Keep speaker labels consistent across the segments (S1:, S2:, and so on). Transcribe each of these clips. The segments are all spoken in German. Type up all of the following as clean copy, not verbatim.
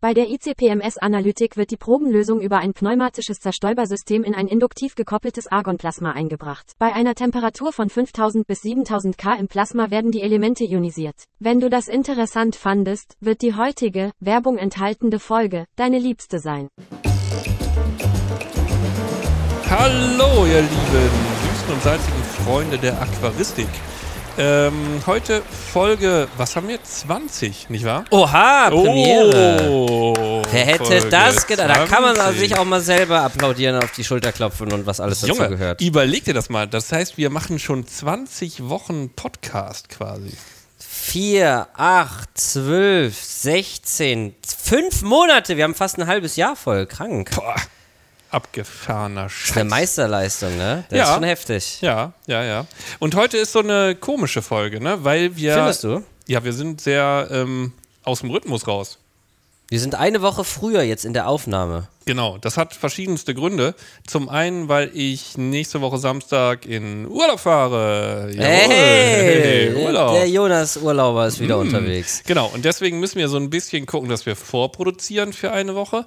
S1: Bei der ICP-MS-Analytik wird die Probenlösung über ein pneumatisches Zerstäubersystem in ein induktiv gekoppeltes Argonplasma eingebracht. Bei einer Temperatur von 5000 bis 7000 K im Plasma werden die Elemente ionisiert. Wenn du das interessant fandest, wird die heutige, Werbung enthaltende Folge deine liebste sein.
S2: Hallo ihr lieben süßen und salzigen Freunde der Aquaristik. Heute Folge, was haben wir? 20, nicht wahr?
S3: Oha, Premiere.
S2: Oh,
S3: Wer hätte
S2: Folge
S3: das gedacht? Da kann man
S2: 20.
S3: sich auch mal selber applaudieren, auf die Schulter klopfen und was alles dazu gehört.
S2: Überleg dir das mal. Das heißt, wir machen schon 20 Wochen Podcast quasi.
S3: 4, 8, 12, 16, 5 Monate. Wir haben fast ein halbes Jahr voll. Krank.
S2: Boah, abgefahrener
S3: Das
S2: Scheiß.
S3: ist eine Meisterleistung, ne? Das ist schon heftig.
S2: Ja. Und heute ist so eine komische Folge, ne? Weil wir...
S3: Findest du?
S2: Ja, wir sind sehr aus dem Rhythmus raus.
S3: Wir sind eine Woche früher jetzt in der Aufnahme.
S2: Genau, das hat verschiedenste Gründe. Zum einen, weil ich nächste Woche Samstag in Urlaub fahre. Jawohl.
S3: Hey,
S2: Urlaub.
S3: der Jonas Urlauber ist wieder unterwegs.
S2: Genau, und deswegen müssen wir so ein bisschen gucken, dass wir vorproduzieren für eine Woche.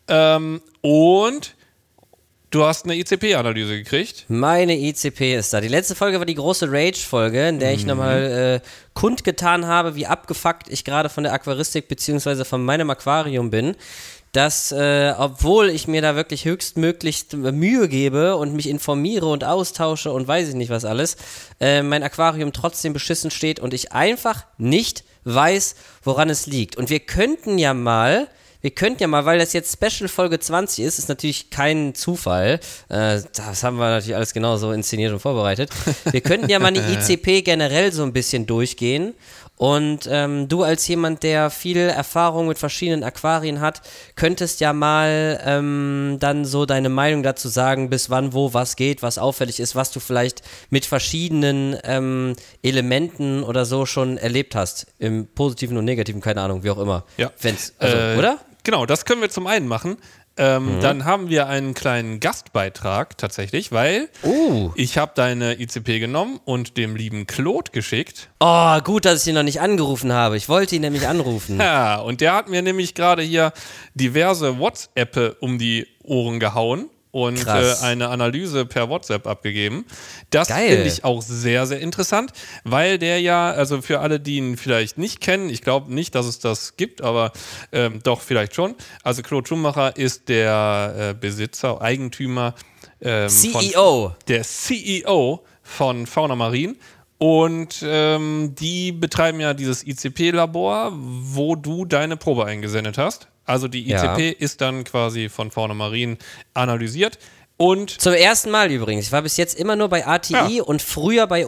S2: Und du hast eine ICP-Analyse gekriegt.
S3: Meine ICP ist da. Die letzte Folge war die große Rage-Folge, in der ich nochmal kundgetan habe, wie abgefuckt ich gerade von der Aquaristik bzw. von meinem Aquarium bin. Dass, obwohl ich mir da wirklich höchstmöglichst Mühe gebe und mich informiere und austausche und weiß ich nicht was alles, mein Aquarium trotzdem beschissen steht und ich einfach nicht weiß, woran es liegt. Und wir könnten ja mal, weil das jetzt Special Folge 20 ist natürlich kein Zufall, das haben wir natürlich alles genau so inszeniert und vorbereitet, wir könnten ja mal eine ICP generell so ein bisschen durchgehen. Und du als jemand, der viel Erfahrung mit verschiedenen Aquarien hat, könntest ja mal dann so deine Meinung dazu sagen, bis wann, wo, was geht, was auffällig ist, was du vielleicht mit verschiedenen Elementen oder so schon erlebt hast. Im Positiven und Negativen, keine Ahnung, wie auch immer.
S2: Ja.
S3: Oder?
S2: Genau, das können wir zum einen machen. Dann haben wir einen kleinen Gastbeitrag tatsächlich, weil ich habe deine ICP genommen und dem lieben Claude geschickt.
S3: Oh, gut, dass ich ihn noch nicht angerufen habe. Ich wollte ihn nämlich anrufen.
S2: Ja, und der hat mir nämlich gerade hier diverse WhatsApp um die Ohren gehauen und eine Analyse per WhatsApp abgegeben. Das finde ich auch sehr, sehr interessant, weil der ja, also für alle, die ihn vielleicht nicht kennen, ich glaube nicht, dass es das gibt, aber doch vielleicht schon. Also Claude Schumacher ist der Besitzer, Eigentümer,
S3: CEO.
S2: Der CEO von Fauna Marin. Und die betreiben ja dieses ICP-Labor, wo du deine Probe eingesendet hast. Also die ICP ist dann quasi von Fauna Marin analysiert. Und
S3: zum ersten Mal übrigens. Ich war bis jetzt immer nur bei ATI und früher bei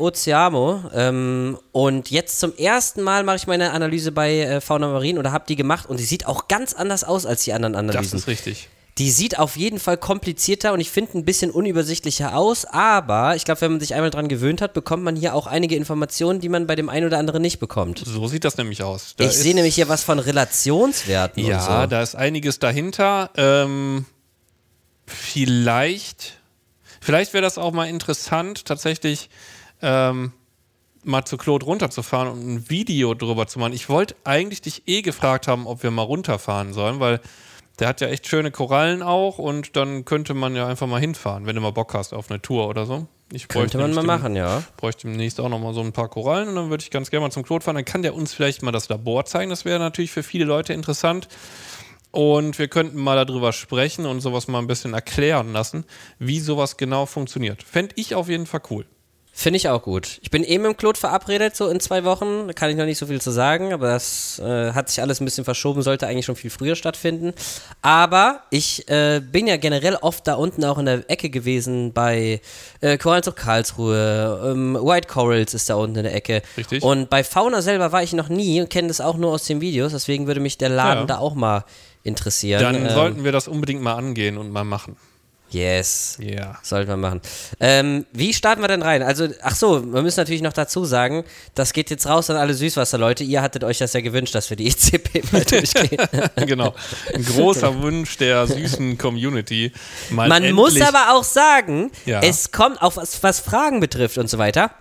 S3: Oceamo. Und jetzt zum ersten Mal mache ich meine Analyse bei Fauna Marin oder habe die gemacht. Und die sieht auch ganz anders aus als die anderen Analysen.
S2: Das ist richtig.
S3: Die sieht auf jeden Fall komplizierter und ich finde ein bisschen unübersichtlicher aus, aber ich glaube, wenn man sich einmal dran gewöhnt hat, bekommt man hier auch einige Informationen, die man bei dem einen oder anderen nicht bekommt.
S2: So sieht das nämlich aus.
S3: Ich sehe nämlich hier was von Relationswerten und so.
S2: Ja, da ist einiges dahinter. Vielleicht wäre das auch mal interessant, tatsächlich mal zu Claude runterzufahren und ein Video drüber zu machen. Ich wollte eigentlich dich gefragt haben, ob wir mal runterfahren sollen, weil der hat ja echt schöne Korallen auch und dann könnte man ja einfach mal hinfahren, wenn du mal Bock hast auf eine Tour oder so.
S3: Könnte man mal machen, ja.
S2: Bräuchte demnächst auch noch mal so ein paar Korallen und dann würde ich ganz gerne mal zum Claude fahren. Dann kann der uns vielleicht mal das Labor zeigen. Das wäre natürlich für viele Leute interessant. Und wir könnten mal darüber sprechen und sowas mal ein bisschen erklären lassen, wie sowas genau funktioniert. Fände ich auf jeden Fall cool.
S3: Finde ich auch gut. Ich bin mit dem Claude verabredet, so in 2 Wochen. Da kann ich noch nicht so viel zu sagen, aber das hat sich alles ein bisschen verschoben, sollte eigentlich schon viel früher stattfinden. Aber ich bin ja generell oft da unten auch in der Ecke gewesen bei Korallenzucht Karlsruhe, White Corals ist da unten in der Ecke.
S2: Richtig.
S3: Und bei Fauna selber war ich noch nie und kenne das auch nur aus den Videos, deswegen würde mich der Laden da auch mal interessieren.
S2: Dann sollten wir das unbedingt mal angehen und mal machen.
S3: Yes.
S2: Ja.
S3: Sollten wir machen. Wie starten wir denn rein? Also, ach so, wir müssen natürlich noch dazu sagen, das geht jetzt raus an alle Süßwasserleute. Ihr hattet euch das ja gewünscht, dass wir die ICP mal durchgehen.
S2: Genau. Ein großer Wunsch der süßen Community.
S3: Man muss aber auch sagen, es kommt, auch was Fragen betrifft und so weiter,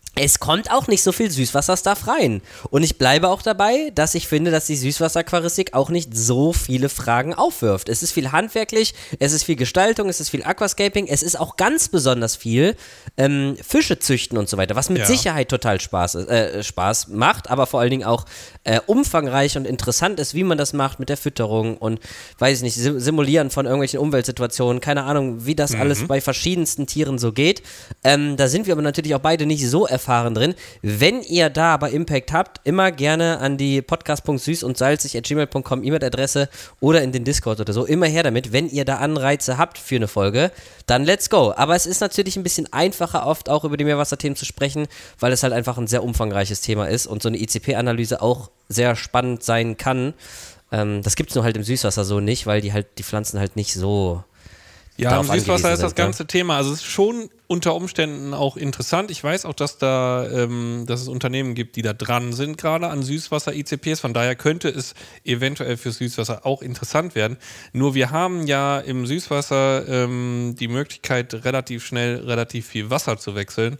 S3: Es kommt auch nicht so viel Süßwasserstuff rein. Und ich bleibe auch dabei, dass ich finde, dass die Süßwasseraquaristik auch nicht so viele Fragen aufwirft. Es ist viel handwerklich, es ist viel Gestaltung, es ist viel Aquascaping, es ist auch ganz besonders viel Fische züchten und so weiter, was mit Sicherheit total Spaß macht, aber vor allen Dingen auch umfangreich und interessant ist, wie man das macht mit der Fütterung und, weiß ich nicht, Simulieren von irgendwelchen Umweltsituationen, keine Ahnung, wie das alles bei verschiedensten Tieren so geht. Da sind wir aber natürlich auch beide nicht so erfahren drin. Wenn ihr da aber Impact habt, immer gerne an die podcast.süßundsalzig@gmail.com E-Mail-Adresse oder in den Discord oder so, immer her damit. Wenn ihr da Anreize habt für eine Folge, dann let's go. Aber es ist natürlich ein bisschen einfacher, oft auch über die Meerwasserthemen zu sprechen, weil es halt einfach ein sehr umfangreiches Thema ist und so eine ICP-Analyse auch sehr spannend sein kann. Das gibt es nur halt im Süßwasser so nicht, weil die Pflanzen halt nicht so.
S2: Ja, im Süßwasser ist das ganze Thema. Also es ist schon unter Umständen auch interessant. Ich weiß auch, dass es Unternehmen gibt, die da dran sind, gerade an Süßwasser-ICPs. Von daher könnte es eventuell für Süßwasser auch interessant werden. Nur wir haben ja im Süßwasser die Möglichkeit, relativ schnell relativ viel Wasser zu wechseln.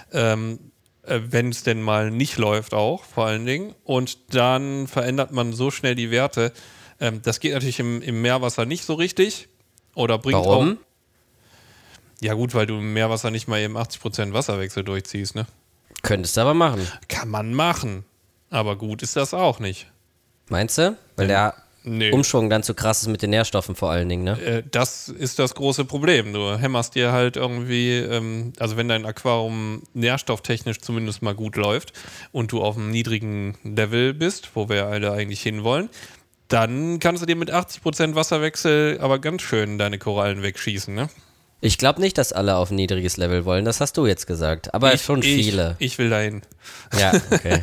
S2: Wenn es denn mal nicht läuft auch, vor allen Dingen. Und dann verändert man so schnell die Werte. Das geht natürlich im Meerwasser nicht so richtig. Oder bringt
S3: Warum?
S2: auch. Ja, gut, weil du im Meerwasser nicht mal eben 80% Wasserwechsel durchziehst, ne?
S3: Könntest du aber machen.
S2: Kann man machen. Aber gut ist das auch nicht.
S3: Meinst du? Weil der Umschwung dann zu krass ist mit den Nährstoffen vor allen Dingen, ne?
S2: Das ist das große Problem. Du hämmerst dir halt irgendwie, also wenn dein Aquarium nährstofftechnisch zumindest mal gut läuft und du auf einem niedrigen Level bist, wo wir alle eigentlich hinwollen, dann kannst du dir mit 80% Wasserwechsel aber ganz schön deine Korallen wegschießen, ne?
S3: Ich glaube nicht, dass alle auf ein niedriges Level wollen. Das hast du jetzt gesagt. Aber schon viele.
S2: Ich will dahin.
S3: Ja, okay.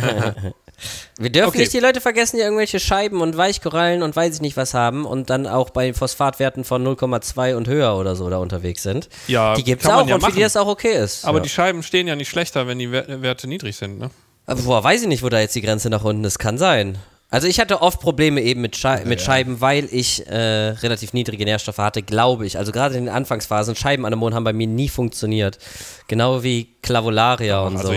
S3: Wir dürfen nicht die Leute vergessen, die irgendwelche Scheiben und Weichkorallen und weiß ich nicht was haben und dann auch bei Phosphatwerten von 0,2 und höher oder so da unterwegs sind. Ja, die gibt es auch und für die das auch okay ist.
S2: Aber die Scheiben stehen ja nicht schlechter, wenn die Werte niedrig sind, ne?
S3: Aber weiß ich nicht, wo da jetzt die Grenze nach unten ist. Kann sein. Also ich hatte oft Probleme eben mit Scheiben, weil ich relativ niedrige Nährstoffe hatte, glaube ich. Also gerade in den Anfangsphasen, Scheibenanemonen haben bei mir nie funktioniert. Genau wie Clavularia und so.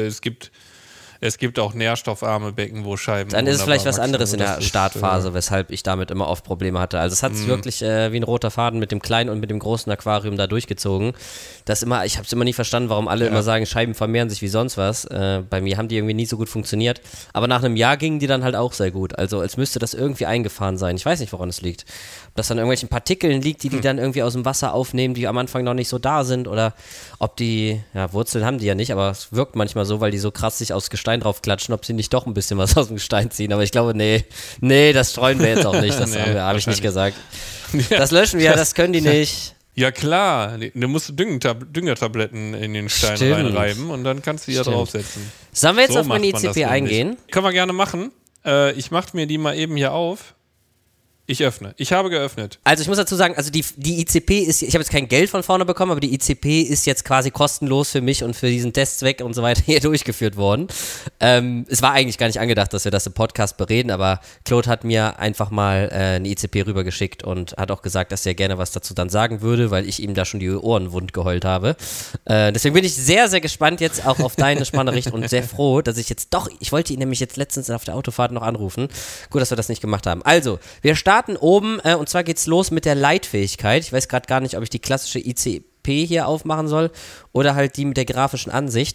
S2: Es gibt auch nährstoffarme Becken, wo Scheiben.
S3: Dann ist es vielleicht was anderes in der Startphase, weshalb ich damit immer oft Probleme hatte. Also es hat sich wirklich wie ein roter Faden mit dem kleinen und mit dem großen Aquarium da durchgezogen. Ich habe es immer nie verstanden, warum alle immer sagen, Scheiben vermehren sich wie sonst was. Bei mir haben die irgendwie nie so gut funktioniert. Aber nach einem Jahr gingen die dann halt auch sehr gut. Also als müsste das irgendwie eingefahren sein. Ich weiß nicht, woran es liegt. Ob das an irgendwelchen Partikeln liegt, die dann irgendwie aus dem Wasser aufnehmen, die am Anfang noch nicht so da sind. Oder ob die, Wurzeln haben die ja nicht, aber es wirkt manchmal so, weil die so krass sich aus Gestein draufklatschen, ob sie nicht doch ein bisschen was aus dem Gestein ziehen. Aber ich glaube, nee, das streuen wir jetzt auch nicht. Das habe ich nicht gesagt. Das löschen wir, das können die nicht.
S2: Ja klar, du musst Düngertabletten in den Stein reinreiben und dann kannst du die da draufsetzen.
S3: Sollen wir jetzt auf meine ICP eingehen?
S2: Können wir gerne machen. Ich mache mir die mal eben hier auf. Ich öffne. Ich habe geöffnet.
S3: Also ich muss dazu sagen, also die ICP ist, ich habe jetzt kein Geld von vorne bekommen, aber die ICP ist jetzt quasi kostenlos für mich und für diesen Testzweck und so weiter hier durchgeführt worden. Es war eigentlich gar nicht angedacht, dass wir das im Podcast bereden, aber Claude hat mir einfach mal eine ICP rübergeschickt und hat auch gesagt, dass er gerne was dazu dann sagen würde, weil ich ihm da schon die Ohren wund geheult habe. Deswegen bin ich sehr, sehr gespannt jetzt auch auf deine Spannerricht und sehr froh, dass ich wollte ihn nämlich jetzt letztens auf der Autofahrt noch anrufen. Gut, dass wir das nicht gemacht haben. Also, wir starten oben und zwar geht's los mit der Leitfähigkeit. Ich weiß gerade gar nicht, ob ich die klassische ICP hier aufmachen soll oder halt die mit der grafischen Ansicht.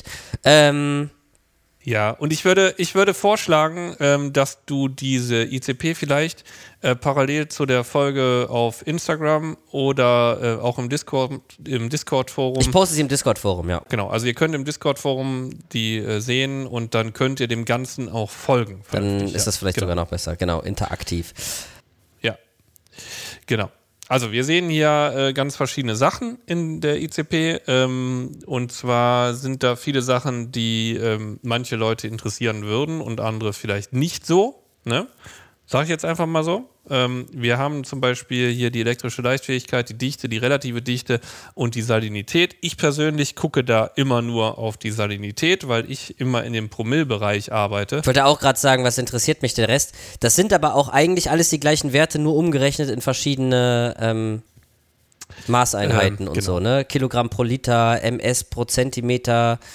S2: Ja, und ich würde vorschlagen, dass du diese ICP vielleicht parallel zu der Folge auf Instagram oder auch im Discord-Forum.
S3: Ich poste sie im Discord-Forum, ja.
S2: Genau, also ihr könnt im Discord-Forum die sehen und dann könnt ihr dem Ganzen auch folgen.
S3: Dann ist das vielleicht sogar noch besser, genau, interaktiv.
S2: Ja, genau. Also wir sehen hier ganz verschiedene Sachen in der ICP und zwar sind da viele Sachen, die manche Leute interessieren würden und andere vielleicht nicht so, ne? Sag ich jetzt einfach mal so. Wir haben zum Beispiel hier die elektrische Leitfähigkeit, die Dichte, die relative Dichte und die Salinität. Ich persönlich gucke da immer nur auf die Salinität, weil ich immer in dem Promille-Bereich arbeite.
S3: Ich wollte auch gerade sagen, was interessiert mich der Rest? Das sind aber auch eigentlich alles die gleichen Werte, nur umgerechnet in verschiedene Maßeinheiten und so, ne? Kilogramm pro Liter, MS pro Zentimeter,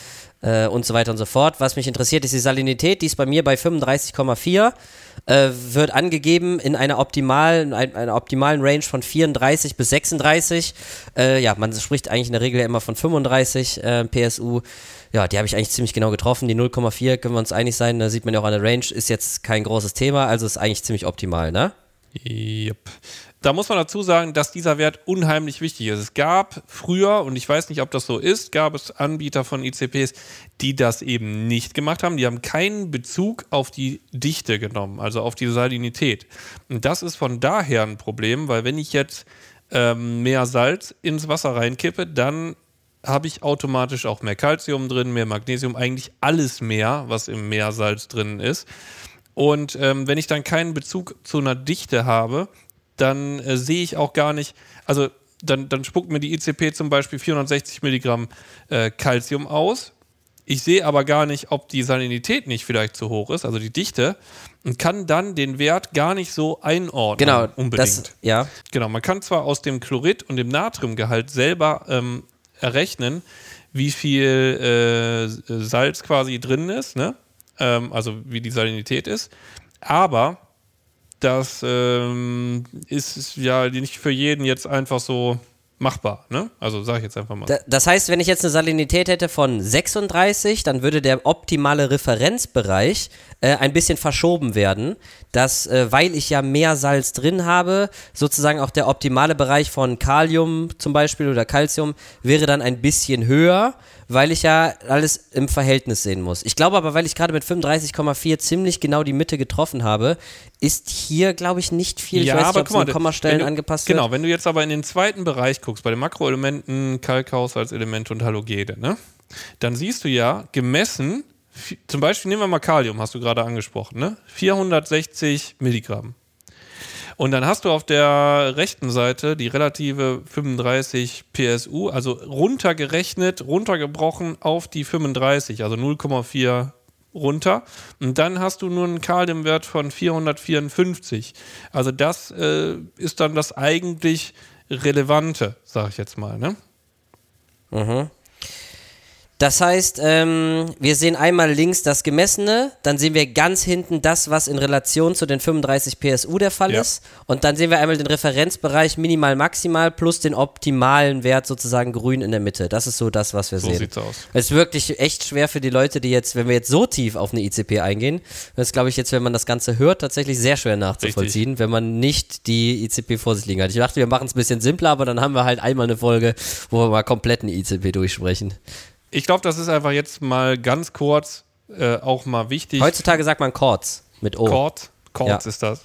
S3: und so weiter und so fort. Was mich interessiert, ist die Salinität, die ist bei mir bei 35,4, wird angegeben in einer optimalen Range von 34 bis 36. Man spricht eigentlich in der Regel ja immer von 35 PSU. Ja, die habe ich eigentlich ziemlich genau getroffen. Die 0,4 können wir uns einig sein, da sieht man ja auch an der Range, ist jetzt kein großes Thema, also ist eigentlich ziemlich optimal, ne?
S2: Yep. Da muss man dazu sagen, dass dieser Wert unheimlich wichtig ist. Es gab früher, und ich weiß nicht, ob das so ist, gab es Anbieter von ICPs, die das eben nicht gemacht haben. Die haben keinen Bezug auf die Dichte genommen, also auf die Salinität. Und das ist von daher ein Problem, weil wenn ich jetzt mehr Salz ins Wasser reinkippe, dann habe ich automatisch auch mehr Calcium drin, mehr Magnesium, eigentlich alles mehr, was im Meersalz drin ist. Und wenn ich dann keinen Bezug zu einer Dichte habe, dann sehe ich auch gar nicht, also dann spuckt mir die ICP zum Beispiel 460 Milligramm Calcium aus. Ich sehe aber gar nicht, ob die Salinität nicht vielleicht zu hoch ist, also die Dichte, und kann dann den Wert gar nicht so einordnen.
S3: Genau,
S2: unbedingt.
S3: Ja.
S2: Genau, man kann zwar aus dem Chlorid und dem Natriumgehalt selber errechnen, wie viel Salz quasi drin ist, ne? Also wie die Salinität ist, aber das ist ja nicht für jeden jetzt einfach so machbar, ne? Also sage ich jetzt einfach mal.
S3: Das heißt, wenn ich jetzt eine Salinität hätte von 36, dann würde der optimale Referenzbereich ein bisschen verschoben werden, dass, weil ich ja mehr Salz drin habe, sozusagen auch der optimale Bereich von Kalium zum Beispiel oder Calcium wäre dann ein bisschen höher, weil ich ja alles im Verhältnis sehen muss. Ich glaube aber, weil ich gerade mit 35,4 ziemlich genau die Mitte getroffen habe, ist hier, glaube ich, nicht viel.
S2: Ja,
S3: ich weiß
S2: aber
S3: nicht, ob es an Kommastellen angepasst wird.
S2: Genau, wenn du jetzt aber in den zweiten Bereich guckst, bei den Makroelementen, Kalkhaushaltselemente und Halogene, ne, dann siehst du ja gemessen, zum Beispiel nehmen wir mal Kalium, hast du gerade angesprochen, ne, 460 Milligramm. Und dann hast du auf der rechten Seite die relative 35 PSU, also runtergebrochen auf die 35, also 0,4 runter. Und dann hast du nur einen Kaliumwert von 454. Also das ist dann das eigentlich Relevante, sag ich jetzt mal, ne?
S3: Mhm. Das heißt, wir sehen einmal links das Gemessene, dann sehen wir ganz hinten das, was in Relation zu den 35 PSU der Fall ist. Und dann sehen wir einmal den Referenzbereich minimal, maximal plus den optimalen Wert sozusagen grün in der Mitte. Das ist so das, was wir sehen.
S2: So sieht's aus.
S3: Es ist wirklich echt schwer für die Leute, die jetzt, wenn wir jetzt so tief auf eine ICP eingehen, das ist, glaube ich, jetzt, wenn man das Ganze hört, tatsächlich sehr schwer nachzuvollziehen, richtig, wenn man nicht die ICP vor sich liegen hat. Ich dachte, wir machen es ein bisschen simpler, aber dann haben wir halt einmal eine Folge, wo wir mal komplett eine ICP durchsprechen.
S2: Ich glaube, das ist einfach jetzt mal ganz kurz auch mal wichtig.
S3: Heutzutage sagt man Chords mit O.
S2: Chords ist das.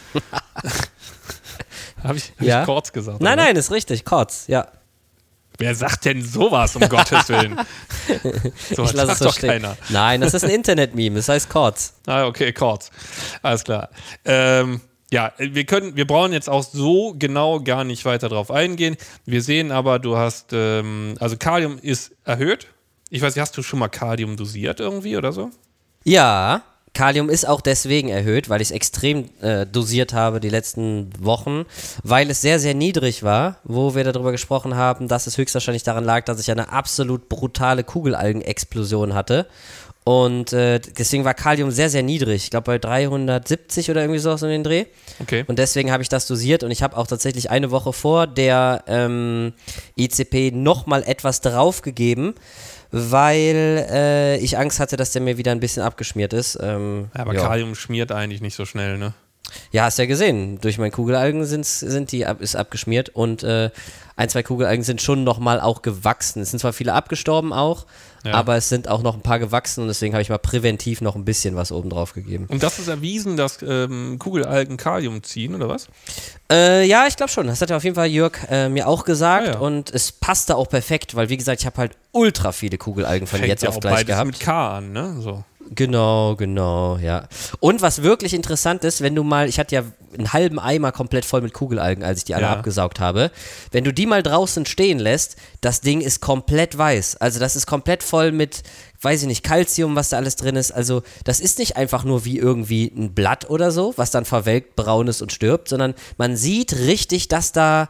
S2: Habe ich Chords gesagt?
S3: Nein, ist richtig, Chords, ja.
S2: Wer sagt denn sowas, um Gottes Willen? So
S3: ich lasse es doch keiner. Nein, das ist ein Internet-Meme, das heißt Chords.
S2: Ah, okay, Chords. Alles klar. Ja, wir brauchen jetzt auch so genau gar nicht weiter drauf eingehen. Wir sehen aber, du hast, also Kalium ist erhöht. Ich weiß nicht, hast du schon mal Kalium dosiert irgendwie oder so?
S3: Ja, Kalium ist auch deswegen erhöht, weil ich es extrem dosiert habe die letzten Wochen, weil es sehr, sehr niedrig war, wo wir darüber gesprochen haben, dass es höchstwahrscheinlich daran lag, dass ich eine absolut brutale Kugelalgenexplosion hatte. Und deswegen war Kalium sehr, sehr niedrig. Ich glaube bei 370 oder irgendwie sowas in den Dreh.
S2: Okay.
S3: Und deswegen habe ich das dosiert und ich habe auch tatsächlich eine Woche vor der ICP nochmal etwas draufgegeben, weil ich Angst hatte, dass der mir wieder ein bisschen abgeschmiert ist.
S2: Aber Kalium schmiert eigentlich nicht so schnell, ne?
S3: Ja, hast ja gesehen. Durch meine Kugelalgen ist abgeschmiert und ein, zwei Kugelalgen sind schon nochmal auch gewachsen. Es sind zwar viele abgestorben auch, aber es sind auch noch ein paar gewachsen und deswegen habe ich mal präventiv noch ein bisschen was oben drauf gegeben.
S2: Und das ist erwiesen, dass Kugelalgen Kalium ziehen, oder was?
S3: Ja, ich glaube schon. Das hat ja auf jeden Fall Jörg mir auch gesagt und es passte auch perfekt, weil wie gesagt, ich habe halt ultra viele Kugelalgen von jetzt auf gleich gehabt.
S2: Mit K an, ne? So.
S3: Genau, ja. Und was wirklich interessant ist, wenn du mal, ich hatte ja einen halben Eimer komplett voll mit Kugelalgen, als ich die alle abgesaugt habe, wenn du die mal draußen stehen lässt, das Ding ist komplett weiß. Also das ist komplett voll mit, weiß ich nicht, Calcium, was da alles drin ist. Also das ist nicht einfach nur wie irgendwie ein Blatt oder so, was dann verwelkt, braun ist und stirbt, sondern man sieht richtig, dass da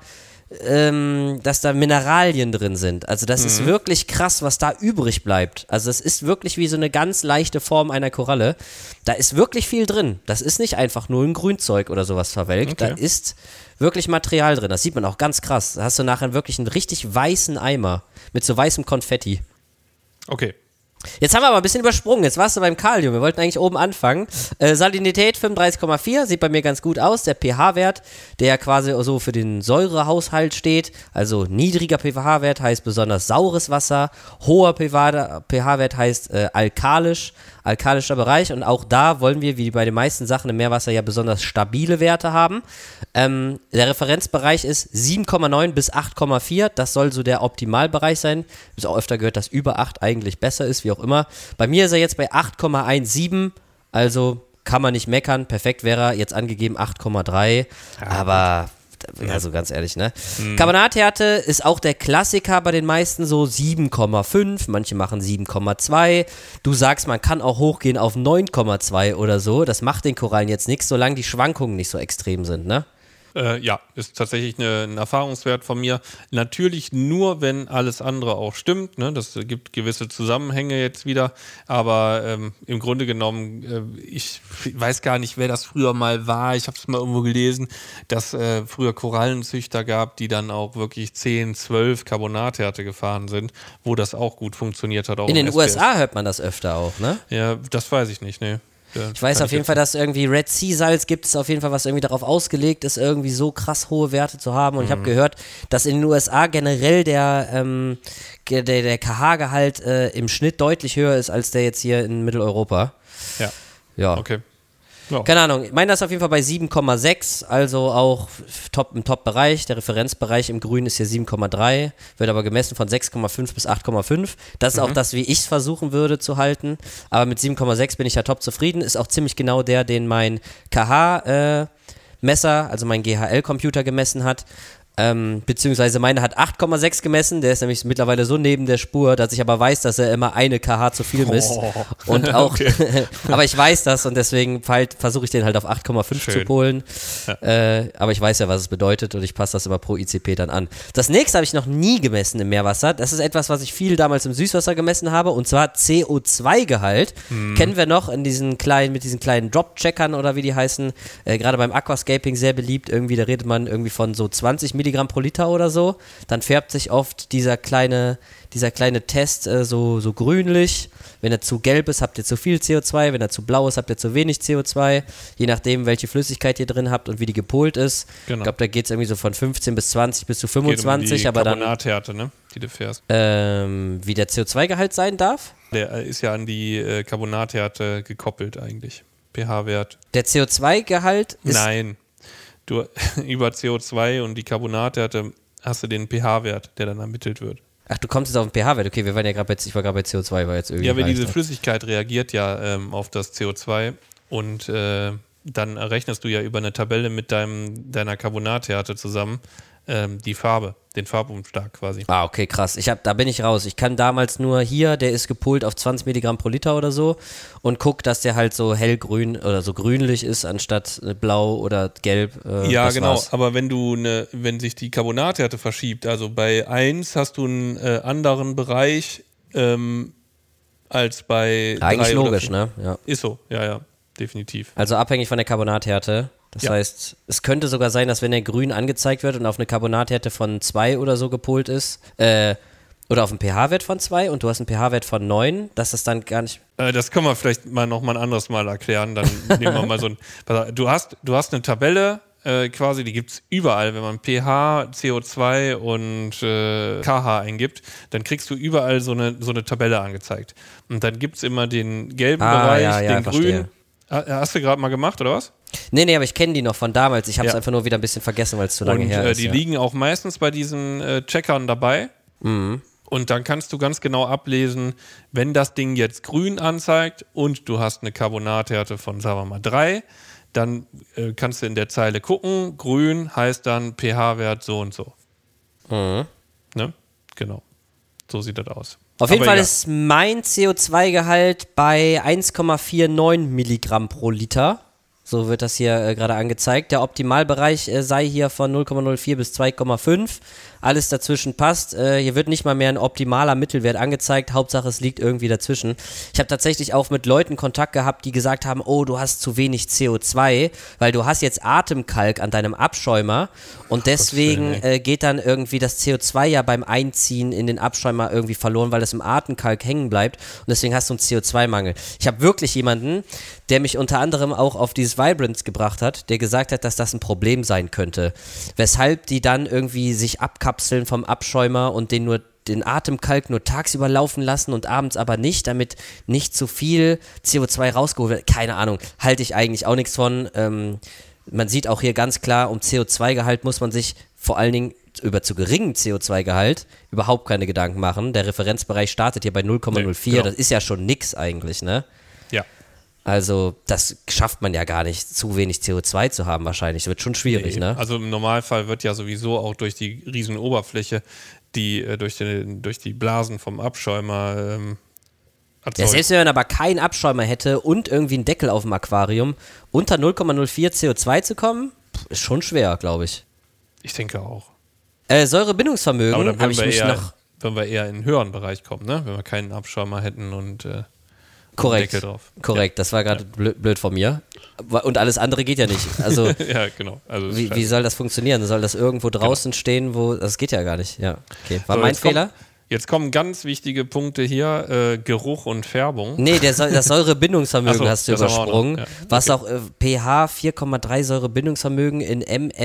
S3: dass da Mineralien drin sind. Also das ist wirklich krass, was da übrig bleibt. Also es ist wirklich wie so eine ganz leichte Form einer Koralle. Da ist wirklich viel drin. Das ist nicht einfach nur ein Grünzeug oder sowas verwelkt. Okay. Da ist wirklich Material drin. Das sieht man auch ganz krass. Da hast du nachher wirklich einen richtig weißen Eimer mit so weißem Konfetti.
S2: Okay.
S3: Jetzt haben wir aber ein bisschen übersprungen. Jetzt warst du beim Kalium. Wir wollten eigentlich oben anfangen. Salinität 35,4, sieht bei mir ganz gut aus. Der pH-Wert, der quasi so für den Säurehaushalt steht. Also niedriger pH-Wert heißt besonders saures Wasser. Hoher pH-Wert heißt alkalischer Bereich. Und auch da wollen wir, wie bei den meisten Sachen im Meerwasser, ja besonders stabile Werte haben. Der Referenzbereich ist 7,9 bis 8,4. Das soll so der Optimalbereich sein. Ich habe auch öfter gehört, dass über 8 eigentlich besser ist, wie auch immer. Bei mir ist er jetzt bei 8,17, also kann man nicht meckern. Perfekt wäre er jetzt angegeben 8,3, aber also ganz ehrlich, ne? Carbonathärte ist auch der Klassiker bei den meisten, so 7,5, manche machen 7,2. Du sagst, man kann auch hochgehen auf 9,2 oder so. Das macht den Korallen jetzt nichts, solange die Schwankungen nicht so extrem sind, ne?
S2: Ja, ist tatsächlich ein Erfahrungswert von mir. Natürlich nur, wenn alles andere auch stimmt. Ne? Das gibt gewisse Zusammenhänge jetzt wieder. Aber im Grunde genommen, ich weiß gar nicht, wer das früher mal war. Ich habe es mal irgendwo gelesen, dass früher Korallenzüchter gab, die dann auch wirklich 10, 12 Carbonathärte gefahren sind, wo das auch gut funktioniert hat. Auch
S3: in den USA hört man das öfter auch, ne?
S2: Ja, das weiß ich nicht, ne.
S3: Ich weiß auf jeden Fall, dass irgendwie Red Sea Salz gibt es auf jeden Fall, was irgendwie darauf ausgelegt ist, irgendwie so krass hohe Werte zu haben. Und ich habe gehört, dass in den USA generell der KH-Gehalt im Schnitt deutlich höher ist als der jetzt hier in Mitteleuropa. Ja. Okay. Ja. Keine Ahnung, meiner ist auf jeden Fall bei 7,6, also auch im Top-Bereich. Der Referenzbereich im Grün ist hier 7,3, wird aber gemessen von 6,5 bis 8,5. Das ist auch das, wie ich es versuchen würde zu halten. Aber mit 7,6 bin ich ja top zufrieden. Ist auch ziemlich genau der, den mein KH-Messer, also mein GHL-Computer gemessen hat. Beziehungsweise meine hat 8,6 gemessen, der ist nämlich mittlerweile so neben der Spur, dass ich aber weiß, dass er immer eine kH zu viel misst. Und auch, aber ich weiß das und deswegen versuche ich den halt auf 8,5 zu polen. Ja. Aber ich weiß ja, was es bedeutet und ich passe das immer pro ICP dann an. Das nächste habe ich noch nie gemessen im Meerwasser. Das ist etwas, was ich viel damals im Süßwasser gemessen habe, und zwar CO2-Gehalt. Kennen wir noch mit diesen kleinen Drop-Checkern oder wie die heißen. Gerade beim Aquascaping sehr beliebt. Irgendwie, da redet man irgendwie von so 20 Milligramm pro Liter oder so, dann färbt sich oft dieser kleine Test so grünlich. Wenn er zu gelb ist, habt ihr zu viel CO2, wenn er zu blau ist, habt ihr zu wenig CO2, je nachdem, welche Flüssigkeit ihr drin habt und wie die gepolt ist. Genau. Ich glaube, da geht es irgendwie so von 15 bis 20 bis zu 25. Geht um die
S2: Carbonathärte, ne, die du fährst.
S3: Wie der CO2-Gehalt sein darf?
S2: Der ist ja an die Carbonathärte gekoppelt eigentlich, pH-Wert.
S3: Der CO2-Gehalt ist...
S2: Nein. Du über CO2 und die Carbonathärte hast du den pH-Wert, der dann ermittelt wird.
S3: Ach, du kommst jetzt auf den pH-Wert. Okay, ich war gerade bei CO2, war jetzt irgendwie.
S2: Ja, weil diese Flüssigkeit reagiert ja auf das CO2 und dann errechnest du ja über eine Tabelle mit deiner Carbonathärte zusammen die Farbe, den Farbumschlag quasi.
S3: Ah, okay, krass. Da bin ich raus. Ich kann damals nur hier, der ist gepolt auf 20 Milligramm pro Liter oder so und guck, dass der halt so hellgrün oder so grünlich ist, anstatt blau oder gelb.
S2: Ja, genau. War's. Aber wenn sich die Carbonathärte verschiebt, also bei 1 hast du einen anderen Bereich als bei 3.
S3: Eigentlich logisch, ne? Ja.
S2: Ist so, ja, definitiv.
S3: Also abhängig von der Carbonathärte. Das heißt, es könnte sogar sein, dass wenn der grün angezeigt wird und auf eine Carbonathärte von 2 oder so gepolt ist, oder auf einen pH-Wert von 2 und du hast einen pH-Wert von 9, dass das dann gar nicht...
S2: Das können wir vielleicht noch mal ein anderes Mal erklären. Dann nehmen wir mal so ein... Du hast eine Tabelle, quasi, die gibt es überall. Wenn man pH, CO2 und KH eingibt, dann kriegst du überall so eine Tabelle angezeigt. Und dann gibt es immer den gelben Bereich, den grünen. Hast du gerade mal gemacht, oder was?
S3: Nee, aber ich kenne die noch von damals. Ich habe es einfach nur wieder ein bisschen vergessen, weil es zu lange her ist.
S2: Die liegen auch meistens bei diesen Checkern dabei.
S3: Mhm.
S2: Und dann kannst du ganz genau ablesen, wenn das Ding jetzt grün anzeigt und du hast eine Carbonathärte von, sagen wir mal, 3, dann kannst du in der Zeile gucken, grün heißt dann pH-Wert so und so.
S3: Mhm.
S2: Ne? Genau. So sieht das aus.
S3: Auf jeden Fall ist mein CO2-Gehalt bei 1,49 Milligramm pro Liter. So wird das hier gerade angezeigt. Der Optimalbereich sei hier von 0,04 bis 2,5. Alles dazwischen passt. Hier wird nicht mal mehr ein optimaler Mittelwert angezeigt. Hauptsache, es liegt irgendwie dazwischen. Ich habe tatsächlich auch mit Leuten Kontakt gehabt, die gesagt haben, oh, du hast zu wenig CO2, weil du hast jetzt Atemkalk an deinem Abschäumer und deswegen geht dann irgendwie das CO2 ja beim Einziehen in den Abschäumer irgendwie verloren, weil das im Atemkalk hängen bleibt und deswegen hast du einen CO2-Mangel. Ich habe wirklich jemanden, der mich unter anderem auch auf dieses Vibrance gebracht hat, der gesagt hat, dass das ein Problem sein könnte. Weshalb die dann irgendwie sich abkapseln vom Abschäumer und den Atemkalk nur tagsüber laufen lassen und abends aber nicht, damit nicht zu viel CO2 rausgeholt wird. Keine Ahnung, halte ich eigentlich auch nichts von. Man sieht auch hier ganz klar, um CO2-Gehalt muss man sich vor allen Dingen über zu geringen CO2-Gehalt überhaupt keine Gedanken machen. Der Referenzbereich startet hier bei 0,04, genau. Das ist ja schon nix eigentlich, ne?
S2: Ja.
S3: Also das schafft man ja gar nicht, zu wenig CO2 zu haben wahrscheinlich. Das wird schon schwierig, ne?
S2: Also im Normalfall wird ja sowieso auch durch die riesen Oberfläche, die durch die Blasen vom Abschäumer erzeugt.
S3: Ja, selbst wenn man aber keinen Abschäumer hätte und irgendwie einen Deckel auf dem Aquarium, unter 0,04 CO2 zu kommen, ist schon schwer, glaube ich.
S2: Ich denke auch.
S3: Säurebindungsvermögen habe ich mich noch...
S2: Wenn wir eher in einen höheren Bereich kommen, ne? Wenn wir keinen Abschäumer hätten und...
S3: Korrekt,
S2: Deckel drauf.
S3: Korrekt, das war gerade blöd von mir. Und alles andere geht ja nicht. Also,
S2: ja, genau. Also
S3: wie soll das funktionieren? Soll das irgendwo draußen stehen, wo... Das geht ja gar nicht. Ja, okay. War mein Fehler?
S2: Jetzt kommen ganz wichtige Punkte hier, Geruch und Färbung.
S3: Nee, das Säurebindungsvermögen hast du übersprungen.
S2: Ja.
S3: Was auch pH 4,3 Säurebindungsvermögen in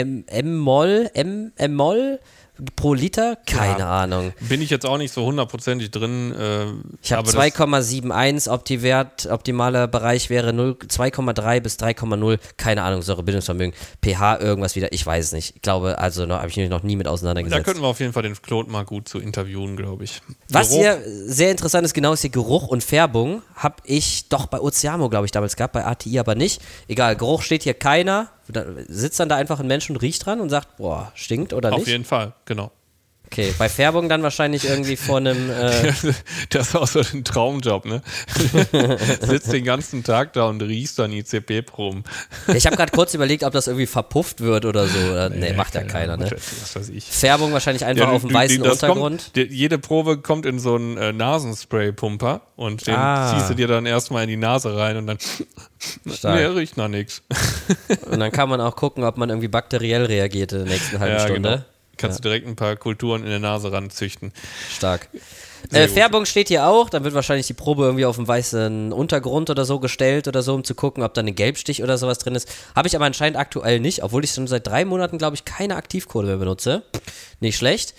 S3: mmol pro Liter? Keine Ahnung.
S2: Bin ich jetzt auch nicht so hundertprozentig drin.
S3: Ich habe 2,71, optimaler Bereich wäre 2,3 bis 3,0. Keine Ahnung, Säurebindungsvermögen. pH irgendwas wieder, ich weiß es nicht. Ich glaube, also habe ich mich noch nie mit auseinandergesetzt.
S2: Da könnten wir auf jeden Fall den Claude mal gut zu interviewen, glaube ich.
S3: Was hier sehr interessant ist, genau ist hier Geruch und Färbung. Habe ich doch bei Oceamo, glaube ich, damals gehabt, bei ATI aber nicht. Egal, Geruch steht hier keiner. Da sitzt dann da einfach ein Mensch und riecht dran und sagt, boah, stinkt oder nicht?
S2: Auf jeden Fall, genau.
S3: Okay, bei Färbung dann wahrscheinlich irgendwie vor einem...
S2: Das ist auch so ein Traumjob, ne? Sitzt den ganzen Tag da und riechst dann ICP-Proben.
S3: Ich habe gerade kurz überlegt, ob das irgendwie verpufft wird oder so. Nee, macht ja keiner, ne?
S2: Was weiß ich.
S3: Färbung wahrscheinlich einfach auf dem weißen Untergrund.
S2: Jede Probe kommt in so einen Nasenspray-Pumper und den ziehst du dir dann erstmal in die Nase rein und dann riecht nach nichts.
S3: Und dann kann man auch gucken, ob man irgendwie bakteriell reagiert in der nächsten halben Stunde.
S2: Genau. Kannst du direkt ein paar Kulturen in der Nase ranzüchten.
S3: Stark. Färbung steht hier auch, dann wird wahrscheinlich die Probe irgendwie auf dem weißen Untergrund oder so gestellt oder so, um zu gucken, ob da ein Gelbstich oder sowas drin ist. Habe ich aber anscheinend aktuell nicht, obwohl ich schon seit 3 Monaten, glaube ich, keine Aktivkohle mehr benutze. Nicht schlecht.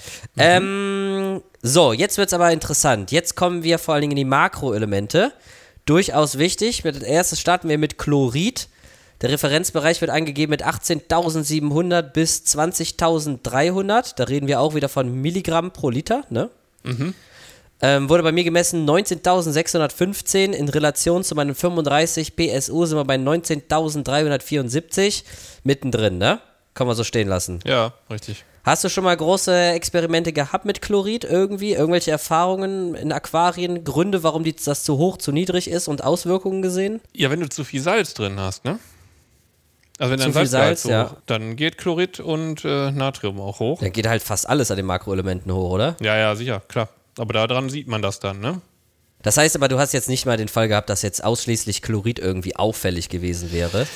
S3: So, jetzt wird es aber interessant. Jetzt kommen wir vor allen Dingen in die Makroelemente. Durchaus wichtig. Als erstes starten wir mit Chlorid. Der Referenzbereich wird angegeben mit 18.700 bis 20.300. Da reden wir auch wieder von Milligramm pro Liter, ne? Wurde bei mir gemessen 19.615. In Relation zu meinen 35 PSU sind wir bei 19.374. Mittendrin, ne? Kann man so stehen lassen.
S2: Ja, richtig.
S3: Hast du schon mal große Experimente gehabt mit Chlorid irgendwie? Irgendwelche Erfahrungen in Aquarien? Gründe, warum das zu hoch, zu niedrig ist und Auswirkungen gesehen?
S2: Ja, wenn du zu viel Salz drin hast, ne? Also wenn
S3: zu
S2: dann
S3: viel
S2: Salzgehalt
S3: Salz,
S2: hoch, dann geht Chlorid und Natrium auch hoch.
S3: Dann geht halt fast alles an den Makroelementen hoch, oder?
S2: Ja, sicher, klar. Aber daran sieht man das dann, ne?
S3: Das heißt aber, du hast jetzt nicht mal den Fall gehabt, dass jetzt ausschließlich Chlorid irgendwie auffällig gewesen wäre?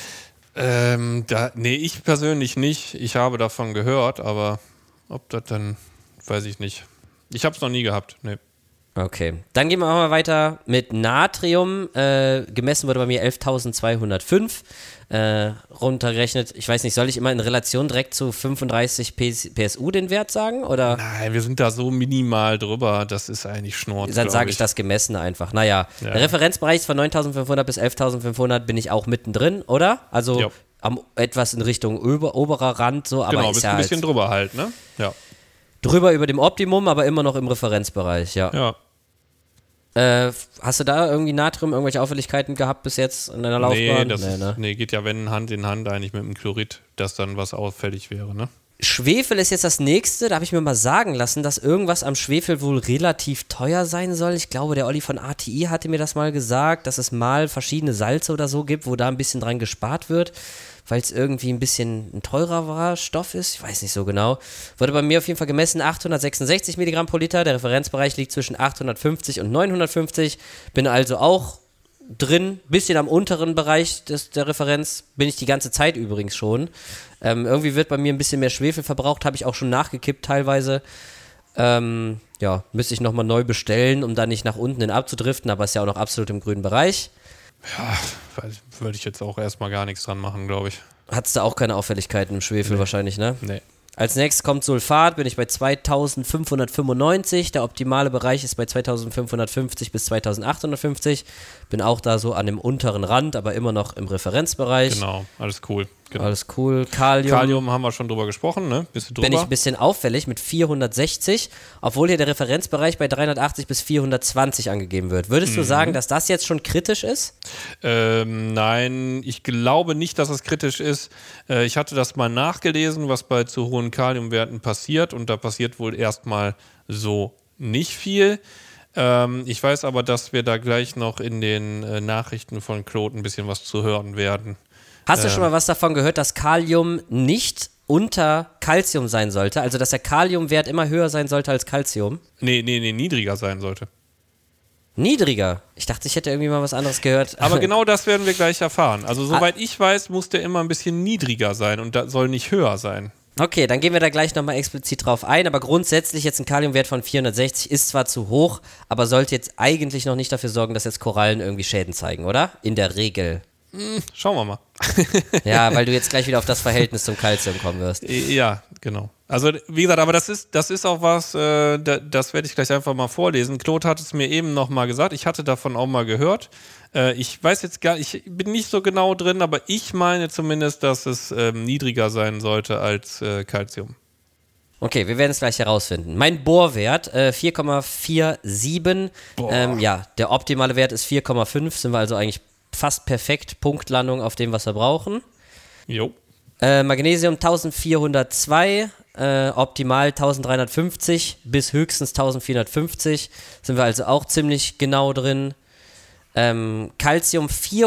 S2: Nee, ich persönlich nicht. Ich habe davon gehört, aber ob das dann, weiß ich nicht. Ich habe es noch nie gehabt, ne.
S3: Okay, dann gehen wir auch mal weiter mit Natrium. Gemessen wurde bei mir 11.205. Runtergerechnet, ich weiß nicht, soll ich immer in Relation direkt zu 35 PSU den Wert sagen? Oder?
S2: Nein, wir sind da so minimal drüber, das ist eigentlich Schnurz.
S3: Dann sage ich das gemessen einfach. Naja, der Referenzbereich ist von 9.500 bis 11.500 bin ich auch mittendrin, oder? Also etwas in Richtung oberer Rand, so, aber
S2: genau,
S3: ist
S2: bist
S3: ja
S2: ein bisschen drüber halt, ne? Ja.
S3: Drüber über dem Optimum, aber immer noch im Referenzbereich,
S2: ja.
S3: Hast du da irgendwie Natrium, irgendwelche Auffälligkeiten gehabt bis jetzt in deiner Laufbahn?
S2: Nee, geht ja, wenn Hand in Hand eigentlich mit dem Chlorid, dass dann was auffällig wäre, ne?
S3: Schwefel ist jetzt das nächste, da habe ich mir mal sagen lassen, dass irgendwas am Schwefel wohl relativ teuer sein soll. Ich glaube, der Olli von ATI hatte mir das mal gesagt, dass es mal verschiedene Salze oder so gibt, wo da ein bisschen dran gespart wird, weil es irgendwie ein bisschen ein teurerer Stoff ist. Ich weiß nicht so genau. Wurde bei mir auf jeden Fall gemessen 866 Milligramm pro Liter. Der Referenzbereich liegt zwischen 850 und 950. Bin also auch drin, bisschen am unteren Bereich der Referenz, bin ich die ganze Zeit übrigens schon. Irgendwie wird bei mir ein bisschen mehr Schwefel verbraucht, habe ich auch schon nachgekippt teilweise. Müsste ich nochmal neu bestellen, um da nicht nach unten hin abzudriften, aber ist ja auch noch absolut im grünen Bereich.
S2: Ja, würde ich jetzt auch erstmal gar nichts dran machen, glaube ich.
S3: Hattest du auch keine Auffälligkeiten im Schwefel wahrscheinlich, ne?
S2: Nee.
S3: Als nächstes kommt Sulfat, bin ich bei 2595, der optimale Bereich ist bei 2550 bis 2850, bin auch da so an dem unteren Rand, aber immer noch im Referenzbereich.
S2: Genau, alles cool. Genau.
S3: Alles cool.
S2: Kalium haben wir schon drüber gesprochen, ne? Bist du drüber?
S3: Bin ich ein bisschen auffällig mit 460, obwohl hier der Referenzbereich bei 380 bis 420 angegeben wird. Würdest du sagen, dass das jetzt schon kritisch ist?
S2: Nein, ich glaube nicht, dass es kritisch ist. Ich hatte das mal nachgelesen, was bei zu hohen Kaliumwerten passiert, und da passiert wohl erstmal so nicht viel. Ich weiß aber, dass wir da gleich noch in den Nachrichten von Claude ein bisschen was zu hören werden.
S3: Hast du schon mal was davon gehört, dass Kalium nicht unter Calcium sein sollte? Also, dass der Kaliumwert immer höher sein sollte als Calcium?
S2: Nee, niedriger sein sollte.
S3: Niedriger? Ich dachte, ich hätte irgendwie mal was anderes gehört.
S2: Aber genau das werden wir gleich erfahren. Also, soweit ich weiß, muss der immer ein bisschen niedriger sein und soll nicht höher sein.
S3: Okay, dann gehen wir da gleich nochmal explizit drauf ein, aber grundsätzlich jetzt ein Kaliumwert von 460 ist zwar zu hoch, aber sollte jetzt eigentlich noch nicht dafür sorgen, dass jetzt Korallen irgendwie Schäden zeigen, oder? In der Regel.
S2: Schauen wir mal.
S3: Ja, weil du jetzt gleich wieder auf das Verhältnis zum Calcium kommen wirst.
S2: Ja, genau. Also wie gesagt, aber das ist auch was, das werde ich gleich einfach mal vorlesen. Claude hat es mir eben nochmal gesagt, ich hatte davon auch mal gehört. Ich weiß jetzt ich bin nicht so genau drin, aber ich meine zumindest, dass es niedriger sein sollte als Calcium.
S3: Okay, wir werden es gleich herausfinden. Mein Bohrwert 4,47. Der optimale Wert ist 4,5. Sind wir also eigentlich fast perfekt. Punktlandung auf dem, was wir brauchen.
S2: Jo.
S3: Magnesium 1402. Optimal 1350 bis höchstens 1450. Sind wir also auch ziemlich genau drin. Calcium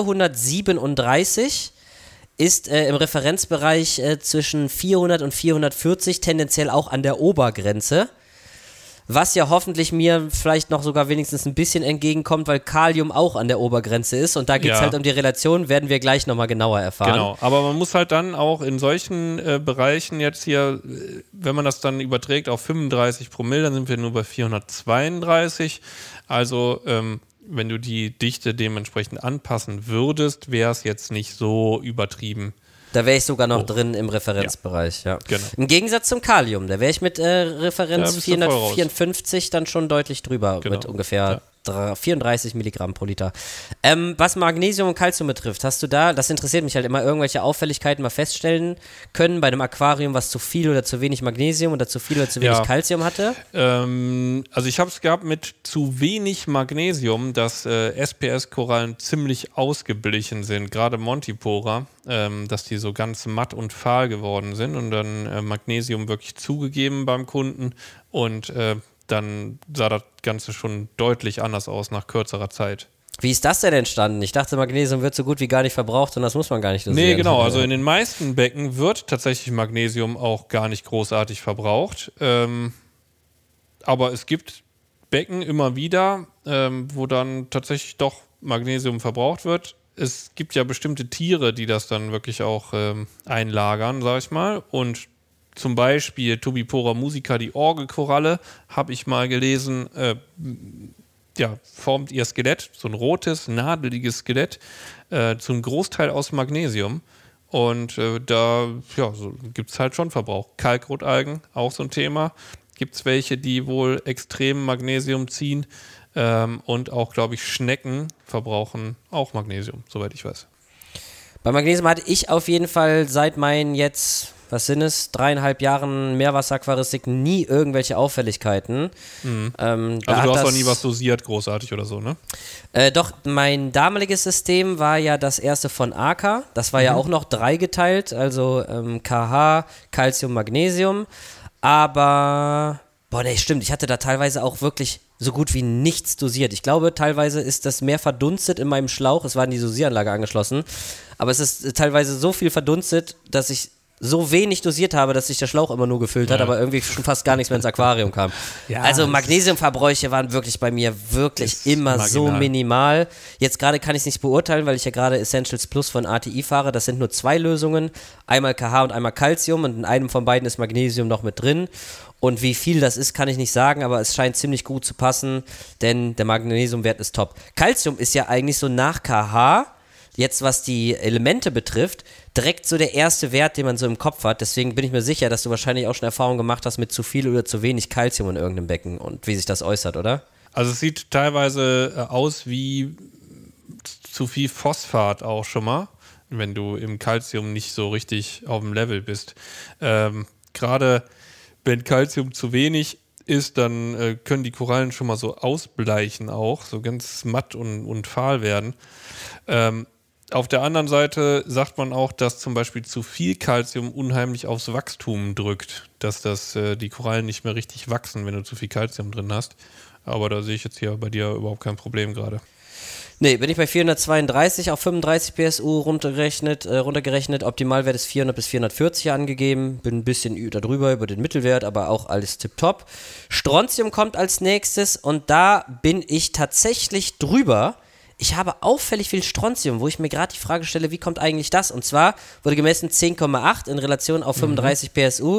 S3: 437. Ist im Referenzbereich zwischen 400 und 440, tendenziell auch an der Obergrenze. Was ja hoffentlich mir vielleicht noch sogar wenigstens ein bisschen entgegenkommt, weil Kalium auch an der Obergrenze ist. Und da geht es halt um die Relation, werden wir gleich nochmal genauer erfahren.
S2: Genau, aber man muss halt dann auch in solchen Bereichen jetzt hier, wenn man das dann überträgt auf 35 Promille, dann sind wir nur bei 432. Also wenn du die Dichte dementsprechend anpassen würdest, wäre es jetzt nicht so übertrieben.
S3: Da wäre ich sogar noch drin im Referenzbereich, ja.
S2: Genau.
S3: Im Gegensatz zum Kalium, da wäre ich mit Referenz 454 dann schon deutlich drüber, mit ungefähr 34 Milligramm pro Liter. Was Magnesium und Calcium betrifft, hast du da, das interessiert mich halt immer, irgendwelche Auffälligkeiten mal feststellen können bei einem Aquarium, was zu viel oder zu wenig Magnesium oder zu viel oder zu wenig Calcium hatte?
S2: Also ich habe es gehabt mit zu wenig Magnesium, dass SPS-Korallen ziemlich ausgeblichen sind, gerade Montipora, dass die so ganz matt und fahl geworden sind und dann Magnesium wirklich zugegeben beim Kunden und dann sah das Ganze schon deutlich anders aus nach kürzerer Zeit.
S3: Wie ist das denn entstanden? Ich dachte, Magnesium wird so gut wie gar nicht verbraucht und das muss man gar nicht dosieren.
S2: Nee, genau. Also in den meisten Becken wird tatsächlich Magnesium auch gar nicht großartig verbraucht. Aber es gibt Becken immer wieder, wo dann tatsächlich doch Magnesium verbraucht wird. Es gibt ja bestimmte Tiere, die das dann wirklich auch einlagern, sag ich mal. Und zum Beispiel Tubipora musica, die Orgelkoralle, habe ich mal gelesen, formt ihr Skelett, so ein rotes, nadeliges Skelett, zum Großteil aus Magnesium. Und so gibt es halt schon Verbrauch. Kalkrotalgen, auch so ein Thema. Gibt es welche, die wohl extrem Magnesium ziehen. Und auch, glaube ich, Schnecken verbrauchen auch Magnesium, soweit ich weiß.
S3: Bei Magnesium hatte ich auf jeden Fall seit meinen jetzt was sind es, 3,5 Jahren Meerwasseraquaristik nie irgendwelche Auffälligkeiten.
S2: Also du hast auch nie was dosiert, großartig oder so, ne?
S3: Doch, mein damaliges System war ja das erste von AK. Das war ja auch noch dreigeteilt, also KH, Calcium, Magnesium. Aber, stimmt, ich hatte da teilweise auch wirklich so gut wie nichts dosiert. Ich glaube, teilweise ist das mehr verdunstet in meinem Schlauch. Es war in die Dosieranlage angeschlossen. Aber es ist teilweise so viel verdunstet, dass ich so wenig dosiert habe, dass sich der Schlauch immer nur gefüllt hat, aber irgendwie schon fast gar nichts mehr ins Aquarium kam. Ja, also Magnesiumverbräuche waren wirklich bei mir wirklich immer so minimal. Jetzt gerade kann ich es nicht beurteilen, weil ich ja gerade Essentials Plus von ATI fahre. Das sind nur 2 Lösungen, einmal KH und einmal Calcium und in einem von beiden ist Magnesium noch mit drin. Und wie viel das ist, kann ich nicht sagen, aber es scheint ziemlich gut zu passen, denn der Magnesiumwert ist top. Calcium ist ja eigentlich so nach KH, jetzt was die Elemente betrifft, direkt so der erste Wert, den man so im Kopf hat. Deswegen bin ich mir sicher, dass du wahrscheinlich auch schon Erfahrung gemacht hast mit zu viel oder zu wenig Calcium in irgendeinem Becken und wie sich das äußert, oder?
S2: Also es sieht teilweise aus wie zu viel Phosphat auch schon mal, wenn du im Calcium nicht so richtig auf dem Level bist. Gerade wenn Calcium zu wenig ist, dann können die Korallen schon mal so ausbleichen auch, so ganz matt und fahl werden. Auf der anderen Seite sagt man auch, dass zum Beispiel zu viel Calcium unheimlich aufs Wachstum drückt, dass die Korallen nicht mehr richtig wachsen, wenn du zu viel Calcium drin hast. Aber da sehe ich jetzt hier bei dir überhaupt kein Problem gerade.
S3: Nee, bin ich bei 432 auf 35 PSU runtergerechnet. Optimalwert ist 400 bis 440 angegeben. Bin ein bisschen darüber, über den Mittelwert, aber auch alles tipptopp. Strontium kommt als nächstes und da bin ich tatsächlich drüber. Ich habe auffällig viel Strontium, wo ich mir gerade die Frage stelle, wie kommt eigentlich das? Und zwar wurde gemessen 10,8 in Relation auf 35 PSU,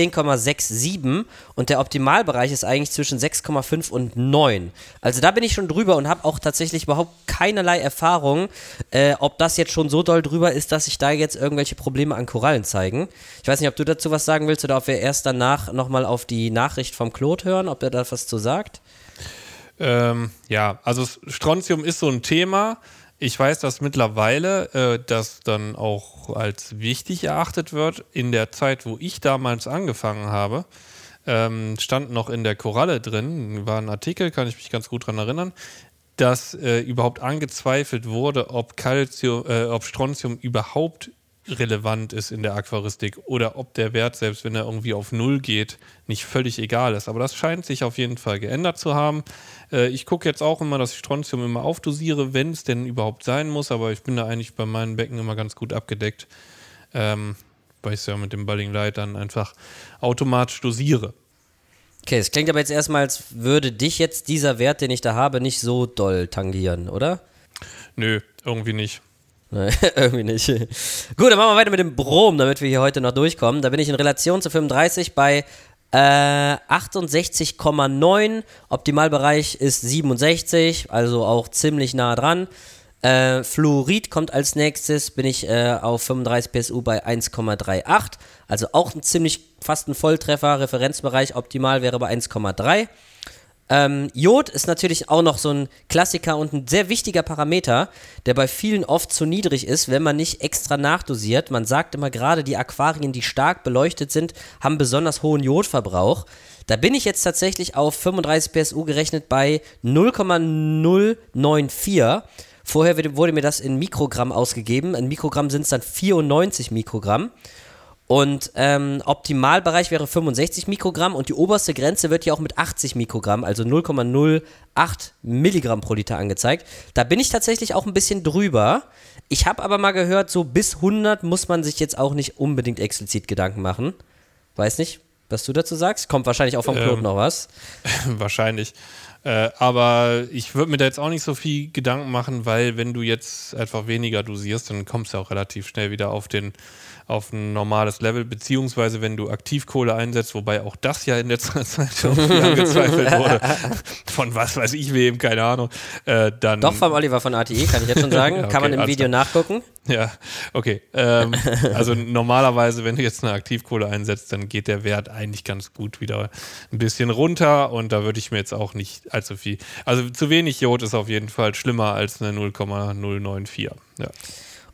S3: 10,67 und der Optimalbereich ist eigentlich zwischen 6,5 und 9. Also da bin ich schon drüber und habe auch tatsächlich überhaupt keinerlei Erfahrung, ob das jetzt schon so doll drüber ist, dass sich da jetzt irgendwelche Probleme an Korallen zeigen. Ich weiß nicht, ob du dazu was sagen willst oder ob wir erst danach nochmal auf die Nachricht vom Claude hören, ob er da was zu sagt.
S2: Ja, also Strontium ist so ein Thema. Ich weiß, dass mittlerweile das dann auch als wichtig erachtet wird. In der Zeit, wo ich damals angefangen habe, stand noch in der Koralle drin, war ein Artikel, kann ich mich ganz gut daran erinnern, dass überhaupt angezweifelt wurde, ob Strontium überhaupt relevant ist in der Aquaristik oder ob der Wert, selbst wenn er irgendwie auf 0 geht, nicht völlig egal ist. Aber das scheint sich auf jeden Fall geändert zu haben. Ich gucke jetzt auch immer, dass ich Strontium immer aufdosiere, wenn es denn überhaupt sein muss, aber ich bin da eigentlich bei meinen Becken immer ganz gut abgedeckt, weil ich es ja mit dem Budding Light dann einfach automatisch dosiere.
S3: Okay, es klingt aber jetzt erstmal, als würde dich jetzt dieser Wert, den ich da habe, nicht so doll tangieren, oder?
S2: Nö, irgendwie nicht.
S3: Nein, irgendwie nicht. Gut, dann machen wir weiter mit dem Brom, damit wir hier heute noch durchkommen. Da bin ich in Relation zu 35 bei 68,9. Optimalbereich ist 67, also auch ziemlich nah dran. Fluorid kommt als nächstes, bin ich auf 35 PSU bei 1,38. Also auch fast ein Volltreffer. Referenzbereich optimal wäre bei 1,3. Jod ist natürlich auch noch so ein Klassiker und ein sehr wichtiger Parameter, der bei vielen oft zu niedrig ist, wenn man nicht extra nachdosiert. Man sagt immer gerade, die Aquarien, die stark beleuchtet sind, haben besonders hohen Jodverbrauch. Da bin ich jetzt tatsächlich auf 35 PSU gerechnet bei 0,094. Vorher wurde mir das in Mikrogramm ausgegeben. In Mikrogramm sind es dann 94 Mikrogramm. Und Optimalbereich wäre 65 Mikrogramm und die oberste Grenze wird ja auch mit 80 Mikrogramm, also 0,08 Milligramm pro Liter angezeigt. Da bin ich tatsächlich auch ein bisschen drüber. Ich habe aber mal gehört, so bis 100 muss man sich jetzt auch nicht unbedingt explizit Gedanken machen. Weiß nicht, was du dazu sagst. Kommt wahrscheinlich auch vom Claude noch was.
S2: Wahrscheinlich. Aber ich würde mir da jetzt auch nicht so viel Gedanken machen, weil wenn du jetzt einfach weniger dosierst, dann kommst du auch relativ schnell wieder auf ein normales Level, beziehungsweise wenn du Aktivkohle einsetzt, wobei auch das ja in letzter Zeit schon viel angezweifelt wurde, von was weiß ich wem, keine Ahnung, dann...
S3: Doch, vom Oliver von ATI, kann ich jetzt schon sagen, ja, okay, kann man im Video nachgucken.
S2: Ja, okay. Also normalerweise, wenn du jetzt eine Aktivkohle einsetzt, dann geht der Wert eigentlich ganz gut wieder ein bisschen runter und da würde ich mir jetzt auch nicht allzu viel... Also zu wenig Jod ist auf jeden Fall schlimmer als eine 0,094, ja.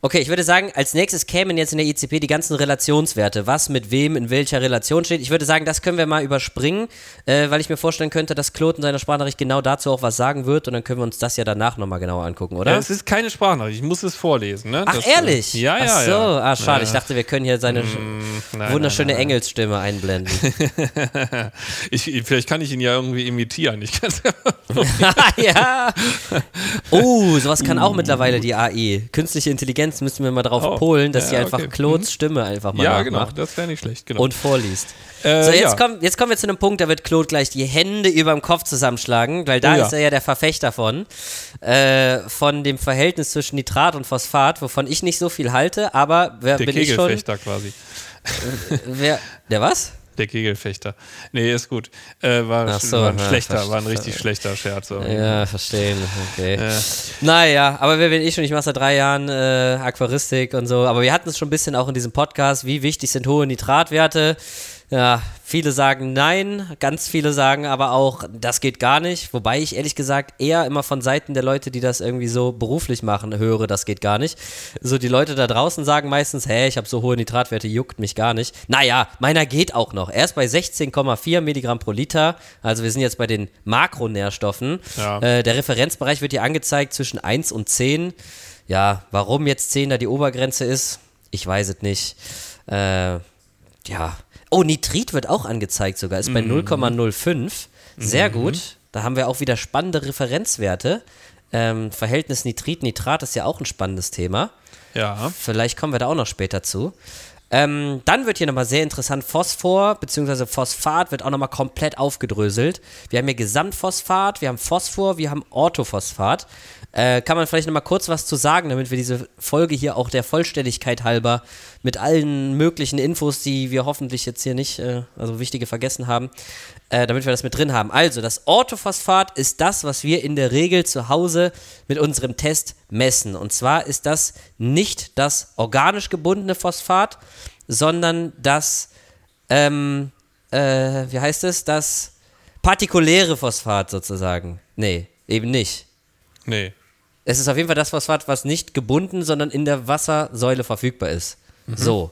S3: Okay, ich würde sagen, als nächstes kämen jetzt in der ICP die ganzen Relationswerte, was mit wem in welcher Relation steht. Ich würde sagen, das können wir mal überspringen, weil ich mir vorstellen könnte, dass Claude in seiner Sprachnachricht genau dazu auch was sagen wird und dann können wir uns das ja danach nochmal genauer angucken, oder?
S2: Ja, es ist keine Sprachnachricht, ich muss es vorlesen. Ne?
S3: Ach, ehrlich?
S2: Ja.
S3: Ach so, schade, ich dachte, wir können hier seine wunderschöne Engelsstimme einblenden.
S2: Vielleicht kann ich ihn ja irgendwie imitieren. Ich kann's
S3: ja. Oh, sowas kann auch mittlerweile die AI. Künstliche Intelligenz müssen wir mal drauf polen, dass sie einfach Claudes Stimme einfach mal nachmacht.
S2: Ja, genau, das wäre nicht schlecht. Genau.
S3: Und vorliest. Jetzt kommen wir zu einem Punkt, da wird Claude gleich die Hände über dem Kopf zusammenschlagen, weil da ist er ja der Verfechter von dem Verhältnis zwischen Nitrat und Phosphat, wovon ich nicht so viel halte, aber
S2: der bin ich schon... Der Kegelfechter quasi.
S3: Der was?
S2: Der Kegelfechter. Nee, ist gut. War ein richtig schlechter Scherz.
S3: Ja, verstehen. Okay. Naja, aber wer bin ich schon? Ich mache seit 3 Jahren Aquaristik und so. Aber wir hatten es schon ein bisschen auch in diesem Podcast. Wie wichtig sind hohe Nitratwerte? Ja, viele sagen nein, ganz viele sagen aber auch, das geht gar nicht. Wobei ich ehrlich gesagt eher immer von Seiten der Leute, die das irgendwie so beruflich machen, höre, das geht gar nicht. So die Leute da draußen sagen meistens, hey, ich habe so hohe Nitratwerte, juckt mich gar nicht. Naja, meiner geht auch noch. Er ist bei 16,4 Milligramm pro Liter. Also wir sind jetzt bei den Makronährstoffen. Ja. Der Referenzbereich wird hier angezeigt zwischen 1 und 10. Ja, warum jetzt 10 da die Obergrenze ist, ich weiß es nicht. Oh, Nitrit wird auch angezeigt sogar, ist bei 0,05. Sehr gut. Da haben wir auch wieder spannende Referenzwerte. Verhältnis Nitrit-Nitrat ist ja auch ein spannendes Thema.
S2: Ja.
S3: Vielleicht kommen wir da auch noch später zu. Dann wird hier nochmal sehr interessant Phosphor bzw. Phosphat wird auch nochmal komplett aufgedröselt. Wir haben hier Gesamtphosphat, wir haben Phosphor, wir haben Orthophosphat. Kann man vielleicht nochmal kurz was zu sagen, damit wir diese Folge hier auch der Vollständigkeit halber mit allen möglichen Infos, die wir hoffentlich jetzt hier nicht, also wichtige vergessen haben, damit wir das mit drin haben. Also, das Orthophosphat ist das, was wir in der Regel zu Hause mit unserem Test messen. Und zwar ist das nicht das organisch gebundene Phosphat, sondern das, das partikuläre Phosphat sozusagen. Nee, eben nicht.
S2: Nee.
S3: Es ist auf jeden Fall das Phosphat, was nicht gebunden, sondern in der Wassersäule verfügbar ist. So.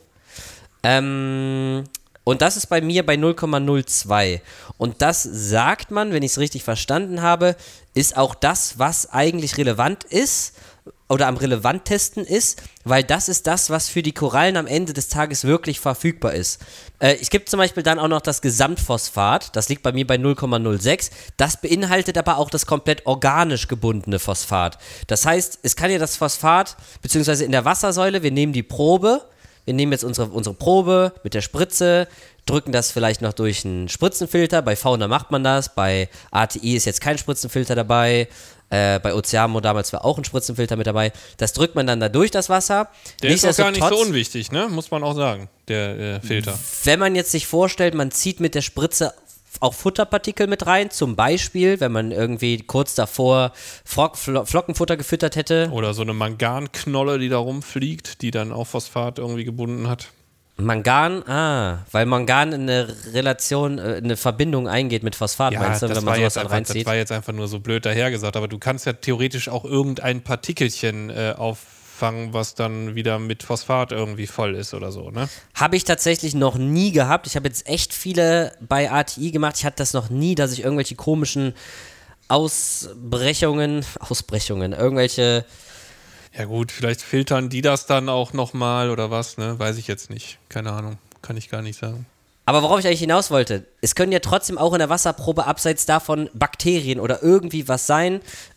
S3: Und das ist bei mir bei 0,02. Und das sagt man, wenn ich es richtig verstanden habe, ist auch das, was eigentlich relevant ist oder am relevantesten ist, weil das ist das, was für die Korallen am Ende des Tages wirklich verfügbar ist. Es gibt zum Beispiel dann auch noch das Gesamtphosphat, das liegt bei mir bei 0,06. Das beinhaltet aber auch das komplett organisch gebundene Phosphat. Das heißt, es kann ja das Phosphat, beziehungsweise in der Wassersäule, wir nehmen die Probe, wir nehmen jetzt unsere Probe mit der Spritze, drücken das vielleicht noch durch einen Spritzenfilter. Bei Fauna macht man das, bei ATI ist jetzt kein Spritzenfilter dabei. Bei Oceamo damals war auch ein Spritzenfilter mit dabei. Das drückt man dann da durch, das Wasser.
S2: Der ist auch gar nicht so unwichtig, ne? Muss man auch sagen, der Filter.
S3: Wenn man jetzt sich vorstellt, man zieht mit der Spritze auch Futterpartikel mit rein, zum Beispiel, wenn man irgendwie kurz davor Flockenfutter gefüttert hätte.
S2: Oder so eine Manganknolle, die da rumfliegt, die dann auch Phosphat irgendwie gebunden hat.
S3: Mangan, weil Mangan in eine Relation, eine Verbindung eingeht mit Phosphat, meinst du, wenn man sowas dann reinzieht?
S2: Das war jetzt einfach nur so blöd dahergesagt, aber du kannst ja theoretisch auch irgendein Partikelchen auffangen, was dann wieder mit Phosphat irgendwie voll ist oder so, ne?
S3: Habe ich tatsächlich noch nie gehabt. Ich habe jetzt echt viele bei ATI gemacht. Ich hatte das noch nie, dass ich irgendwelche komischen Ausbrechungen, irgendwelche...
S2: Ja gut, vielleicht filtern die das dann auch nochmal oder was, ne? Weiß ich jetzt nicht. Keine Ahnung, kann ich gar nicht sagen.
S3: Aber worauf ich eigentlich hinaus wollte, es können ja trotzdem auch in der Wasserprobe abseits davon Bakterien oder irgendwie was sein,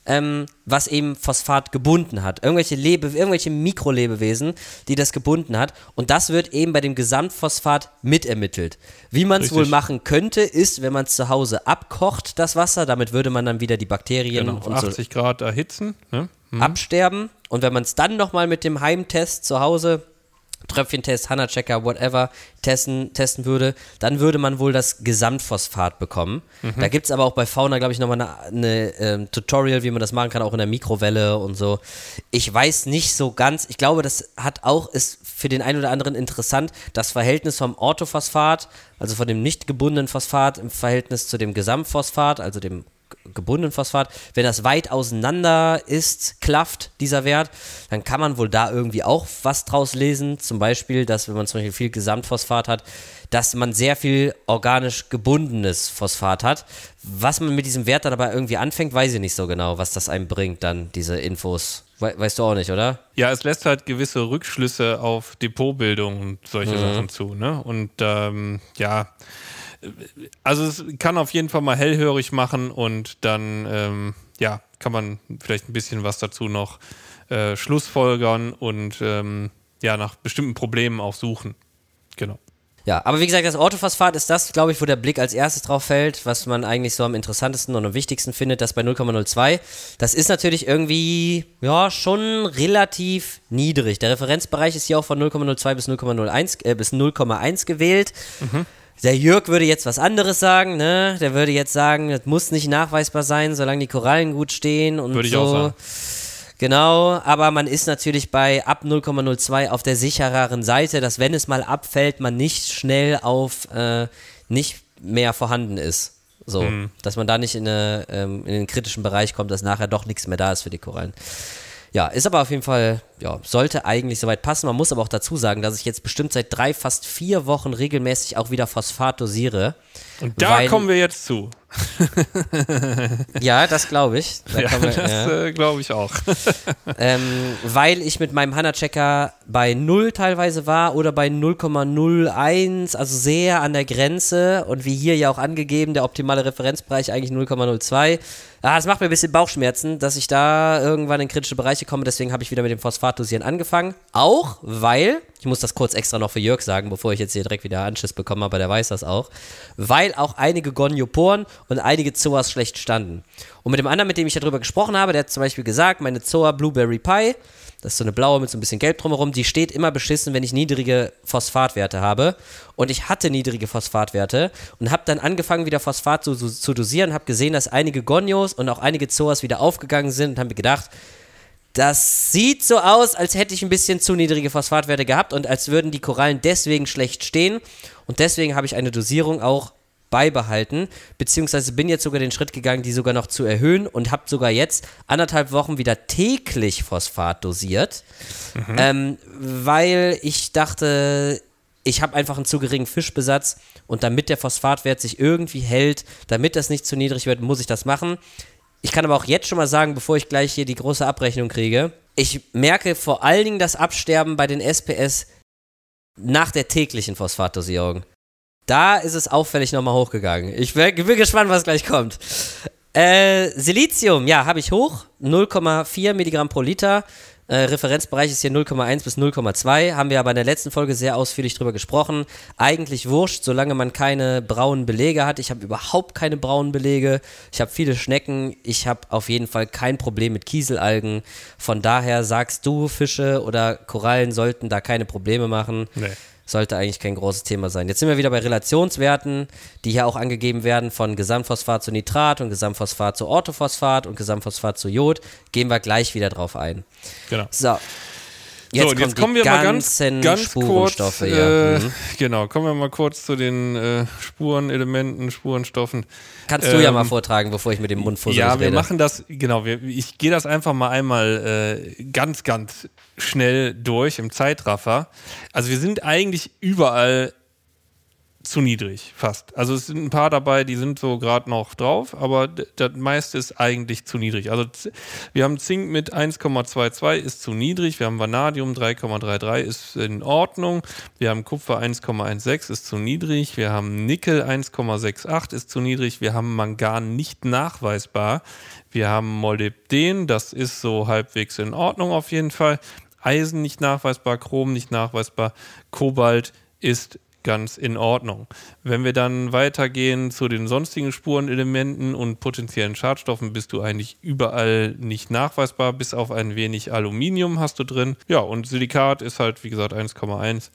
S3: was eben Phosphat gebunden hat. Irgendwelche Mikrolebewesen, die das gebunden hat. Und das wird eben bei dem Gesamtphosphat mitermittelt. Wie man es wohl machen könnte, ist, wenn man es zu Hause abkocht, das Wasser, damit würde man dann wieder die Bakterien
S2: auf 80 Grad erhitzen, ne?
S3: Absterben. Und wenn man es dann nochmal mit dem Heimtest zu Hause, Tröpfchentest, Hanna-Checker, whatever, testen würde, dann würde man wohl das Gesamtphosphat bekommen. Da gibt es aber auch bei Fauna, glaube ich, nochmal eine Tutorial, wie man das machen kann, auch in der Mikrowelle und so. Ich weiß nicht so ganz, ich glaube, das ist für den einen oder anderen interessant, das Verhältnis vom Orthophosphat, also von dem nicht gebundenen Phosphat im Verhältnis zu dem Gesamtphosphat, also dem gebundenen Phosphat. Wenn das weit auseinander ist, klafft dieser Wert, dann kann man wohl da irgendwie auch was draus lesen. Zum Beispiel, dass wenn man zum Beispiel viel Gesamtphosphat hat, dass man sehr viel organisch gebundenes Phosphat hat. Was man mit diesem Wert dann aber irgendwie anfängt, weiß ich nicht so genau, was das einem bringt, dann diese Infos. Weißt du auch nicht, oder?
S2: Ja, es lässt halt gewisse Rückschlüsse auf Depotbildung und solche Sachen zu, ne? Und also es kann auf jeden Fall mal hellhörig machen und dann, kann man vielleicht ein bisschen was dazu noch schlussfolgern und nach bestimmten Problemen auch suchen. Genau.
S3: Ja, aber wie gesagt, das Orthophosphat ist das, glaube ich, wo der Blick als erstes drauf fällt, was man eigentlich so am interessantesten und am wichtigsten findet, das bei 0,02. Das ist natürlich irgendwie, schon relativ niedrig. Der Referenzbereich ist hier auch von 0,02 bis 0,01 bis 0,1 gewählt. Mhm. Der Jörg würde jetzt was anderes sagen, ne? Der würde jetzt sagen, das muss nicht nachweisbar sein, solange die Korallen gut stehen und so.
S2: Würde ich auch sagen.
S3: Genau, aber man ist natürlich bei ab 0,02 auf der sichereren Seite, dass wenn es mal abfällt, man nicht schnell auf nicht mehr vorhanden ist. So, dass man da nicht in den kritischen Bereich kommt, dass nachher doch nichts mehr da ist für die Korallen. Ja, ist aber auf jeden Fall, sollte eigentlich soweit passen. Man muss aber auch dazu sagen, dass ich jetzt bestimmt seit 3, fast 4 Wochen regelmäßig auch wieder Phosphat dosiere.
S2: Und da kommen wir jetzt zu.
S3: Ja, das glaube ich.
S2: Das glaube ich auch.
S3: Weil ich mit meinem HANA-Checker bei 0 teilweise war oder bei 0,01, also sehr an der Grenze und wie hier ja auch angegeben, der optimale Referenzbereich eigentlich 0,02. Das macht mir ein bisschen Bauchschmerzen, dass ich da irgendwann in kritische Bereiche komme, deswegen habe ich wieder mit dem Phosphatdosieren angefangen. Auch weil, ich muss das kurz extra noch für Jörg sagen, bevor ich jetzt hier direkt wieder Anschiss bekomme, aber der weiß das auch, weil auch einige Gonioporen und einige Zoas schlecht standen. Und mit dem anderen, mit dem ich darüber gesprochen habe, der hat zum Beispiel gesagt, meine Zoa Blueberry Pie, das ist so eine blaue mit so ein bisschen Gelb drumherum, die steht immer beschissen, wenn ich niedrige Phosphatwerte habe. Und ich hatte niedrige Phosphatwerte und habe dann angefangen, wieder Phosphat zu dosieren, habe gesehen, dass einige Gonios und auch einige Zoas wieder aufgegangen sind und habe mir gedacht, das sieht so aus, als hätte ich ein bisschen zu niedrige Phosphatwerte gehabt und als würden die Korallen deswegen schlecht stehen. Und deswegen habe ich eine Dosierung auch beibehalten, beziehungsweise bin jetzt sogar den Schritt gegangen, die sogar noch zu erhöhen und habe sogar jetzt 1,5 Wochen wieder täglich Phosphat dosiert, weil ich dachte, ich habe einfach einen zu geringen Fischbesatz und damit der Phosphatwert sich irgendwie hält, damit das nicht zu niedrig wird, muss ich das machen. Ich kann aber auch jetzt schon mal sagen, bevor ich gleich hier die große Abrechnung kriege, ich merke vor allen Dingen das Absterben bei den SPS nach der täglichen Phosphatdosierung. Da ist es auffällig nochmal hochgegangen. Ich bin gespannt, was gleich kommt. Silizium, habe ich hoch. 0,4 Milligramm pro Liter. Referenzbereich ist hier 0,1 bis 0,2. Haben wir aber in der letzten Folge sehr ausführlich drüber gesprochen. Eigentlich wurscht, solange man keine braunen Belege hat. Ich habe überhaupt keine braunen Belege. Ich habe viele Schnecken. Ich habe auf jeden Fall kein Problem mit Kieselalgen. Von daher sagst du, Fische oder Korallen sollten da keine Probleme machen. Nee. Sollte eigentlich kein großes Thema sein. Jetzt sind wir wieder bei Relationswerten, die hier auch angegeben werden von Gesamtphosphat zu Nitrat und Gesamtphosphat zu Orthophosphat und Gesamtphosphat zu Jod. Gehen wir gleich wieder drauf ein.
S2: Genau.
S3: So.
S2: Jetzt kommen wir mal ganz kurz,
S3: Genau,
S2: kommen wir mal kurz zu den Spurenelementen, Spurenstoffen.
S3: Kannst du ja mal vortragen, bevor ich mit dem Mund fusselig rede.
S2: Ja, wir machen das, genau, ich gehe das einfach mal einmal ganz, ganz schnell durch im Zeitraffer. Also wir sind eigentlich überall zu niedrig, fast. Also es sind ein paar dabei, die sind so gerade noch drauf, aber das meiste ist eigentlich zu niedrig. Also wir haben Zink mit 1,22 ist zu niedrig, wir haben Vanadium 3,33 ist in Ordnung, wir haben Kupfer 1,16 ist zu niedrig, wir haben Nickel 1,68 ist zu niedrig, wir haben Mangan nicht nachweisbar, wir haben Molybden, das ist so halbwegs in Ordnung auf jeden Fall, Eisen nicht nachweisbar, Chrom nicht nachweisbar, Kobalt ist ganz in Ordnung. Wenn wir dann weitergehen zu den sonstigen Spurenelementen und potenziellen Schadstoffen, bist du eigentlich überall nicht nachweisbar, bis auf ein wenig Aluminium hast du drin. Ja, und Silikat ist halt, wie gesagt, 1,1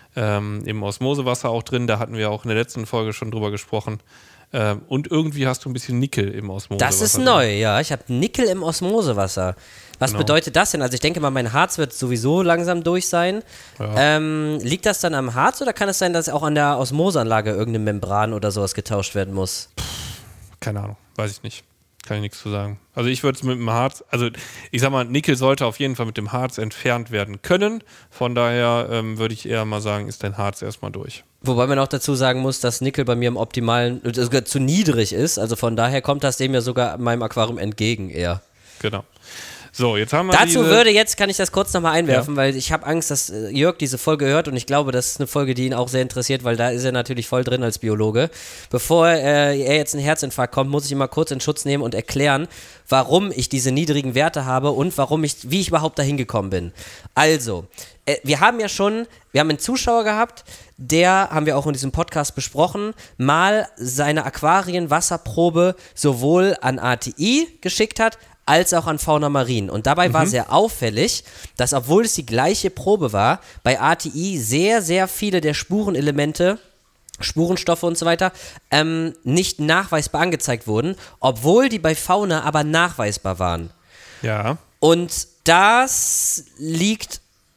S2: im Osmosewasser auch drin. Da hatten wir auch in der letzten Folge schon drüber gesprochen. Und irgendwie hast du ein bisschen Nickel im Osmosewasser.
S3: Das ist neu, ja. Ich habe Nickel im Osmosewasser. Was bedeutet das denn? Also ich denke mal, mein Harz wird sowieso langsam durch sein. Ja. Liegt das dann am Harz oder kann es sein, dass auch an der Osmoseanlage irgendeine Membran oder sowas getauscht werden muss?
S2: Keine Ahnung, weiß ich nicht. Kann ich nichts zu sagen. Also ich würde es mit dem Harz, also ich sag mal, Nickel sollte auf jeden Fall mit dem Harz entfernt werden können. Von daher würde ich eher mal sagen, ist dein Harz erstmal durch.
S3: Wobei man auch dazu sagen muss, dass Nickel bei mir im optimalen, sogar zu niedrig ist. Also von daher kommt das dem ja sogar meinem Aquarium entgegen eher.
S2: Genau. So, jetzt haben wir
S3: Dazu kann ich das kurz nochmal einwerfen, weil ich habe Angst, dass Jörg diese Folge hört und ich glaube, das ist eine Folge, die ihn auch sehr interessiert, weil da ist er natürlich voll drin als Biologe. Bevor er jetzt einen Herzinfarkt kommt, muss ich ihn mal kurz in Schutz nehmen und erklären, warum ich diese niedrigen Werte habe und wie ich überhaupt dahin gekommen bin. Also, wir haben einen Zuschauer gehabt, der, haben wir auch in diesem Podcast besprochen, mal seine Aquarienwasserprobe sowohl an ATI geschickt hat, als auch an Fauna Marin. Und dabei war sehr auffällig, dass, obwohl es die gleiche Probe war, bei ATI sehr, sehr viele der Spurenelemente, Spurenstoffe und so weiter, nicht nachweisbar angezeigt wurden, obwohl die bei Fauna aber nachweisbar waren.
S2: Ja.
S3: Und das liegt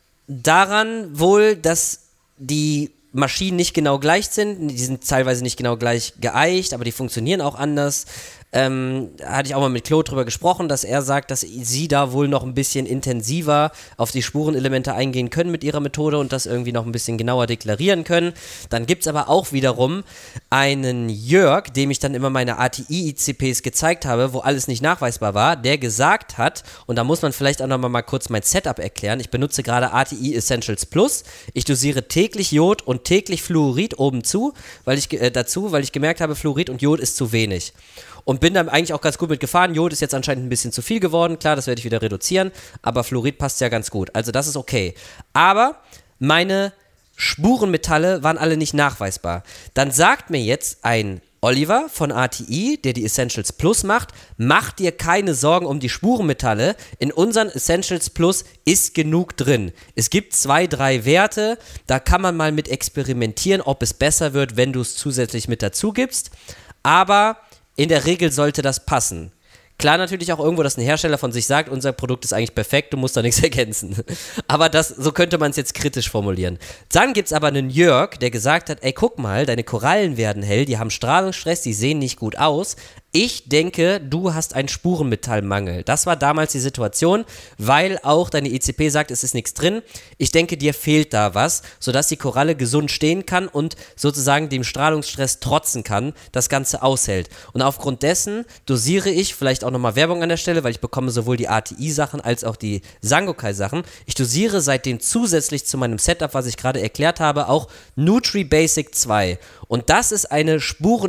S3: daran wohl, dass die Maschinen nicht genau gleich sind, die sind teilweise nicht genau gleich geeicht, aber die funktionieren auch anders. Hatte ich auch mal mit Claude drüber gesprochen, dass er sagt, dass sie da wohl noch ein bisschen intensiver auf die Spurenelemente eingehen können mit ihrer Methode und das irgendwie noch ein bisschen genauer deklarieren können. Dann gibt es aber auch wiederum einen Jörg, dem ich dann immer meine ATI-ICPs gezeigt habe, wo alles nicht nachweisbar war, der gesagt hat, und da muss man vielleicht auch noch mal kurz mein Setup erklären, ich benutze gerade ATI Essentials Plus, ich dosiere täglich Jod und täglich Fluorid oben zu, weil ich gemerkt habe, Fluorid und Jod ist zu wenig. Und bin dann eigentlich auch ganz gut mit gefahren. Jod ist jetzt anscheinend ein bisschen zu viel geworden. Klar, das werde ich wieder reduzieren. Aber Fluorid passt ja ganz gut. Also das ist okay. Aber meine Spurenmetalle waren alle nicht nachweisbar. Dann sagt mir jetzt ein Oliver von ATI, der die Essentials Plus macht, mach dir keine Sorgen um die Spurenmetalle. In unseren Essentials Plus ist genug drin. Es gibt 2, 3 Werte. Da kann man mal mit experimentieren, ob es besser wird, wenn du es zusätzlich mit dazu gibst. Aber in der Regel sollte das passen. Klar natürlich auch irgendwo, dass ein Hersteller von sich sagt, unser Produkt ist eigentlich perfekt, du musst da nichts ergänzen. Aber so könnte man es jetzt kritisch formulieren. Dann gibt es aber einen Jörg, der gesagt hat, ey, guck mal, deine Korallen werden hell, die haben Strahlungsstress, die sehen nicht gut aus. Ich denke, du hast einen Spurenmetallmangel. Das war damals die Situation, weil auch deine ICP sagt, es ist nichts drin. Ich denke, dir fehlt da was, sodass die Koralle gesund stehen kann und sozusagen dem Strahlungsstress trotzen kann, das Ganze aushält. Und aufgrund dessen dosiere ich, vielleicht auch nochmal Werbung an der Stelle, weil ich bekomme sowohl die ATI-Sachen als auch die Sangokai-Sachen. Ich dosiere seitdem zusätzlich zu meinem Setup, was ich gerade erklärt habe, auch NutriBasic 2. Und das ist eine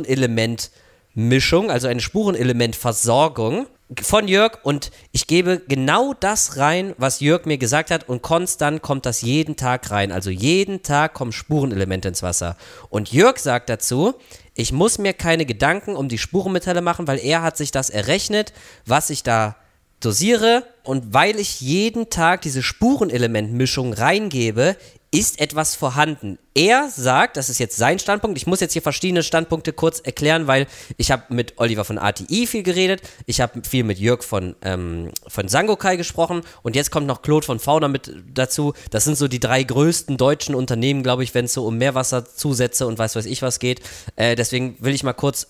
S3: Spurenelement-Mischung, also eine Spurenelementversorgung von Jörg, und ich gebe genau das rein, was Jörg mir gesagt hat, und konstant kommt das jeden Tag rein. Also jeden Tag kommen Spurenelemente ins Wasser. Und Jörg sagt dazu, ich muss mir keine Gedanken um die Spurenmetalle machen, weil er hat sich das errechnet, was ich da dosiere, und weil ich jeden Tag diese Spurenelementmischung reingebe, ist etwas vorhanden. Er sagt, das ist jetzt sein Standpunkt, ich muss jetzt hier verschiedene Standpunkte kurz erklären, weil ich habe mit Oliver von ATI viel geredet, ich habe viel mit Jörg von Sangokai gesprochen, und jetzt kommt noch Claude von Fauna mit dazu. Das sind so die 3 größten deutschen Unternehmen, glaube ich, wenn es so um Meerwasserzusätze und weiß ich was geht. Deswegen will ich mal kurz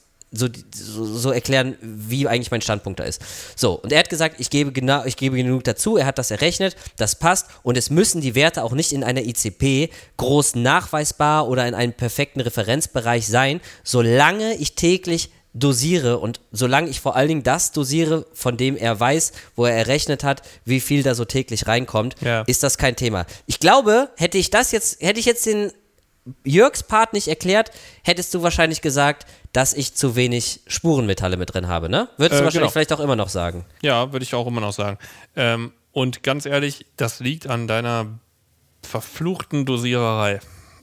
S3: so erklären, wie eigentlich mein Standpunkt da ist. So, und er hat gesagt, ich gebe genug dazu, er hat das errechnet, das passt, und es müssen die Werte auch nicht in einer ICP groß nachweisbar oder in einem perfekten Referenzbereich sein, solange ich täglich dosiere und solange ich vor allen Dingen das dosiere, von dem er weiß, wo er errechnet hat, wie viel da so täglich reinkommt, ist das kein Thema. Ich glaube, hätte ich jetzt den Jörgs Part nicht erklärt, hättest du wahrscheinlich gesagt, dass ich zu wenig Spurenmetalle mit drin habe, ne? Würdest du wahrscheinlich vielleicht auch immer noch sagen.
S2: Ja, würde ich auch immer noch sagen. Und ganz ehrlich, das liegt an deiner verfluchten Dosiererei.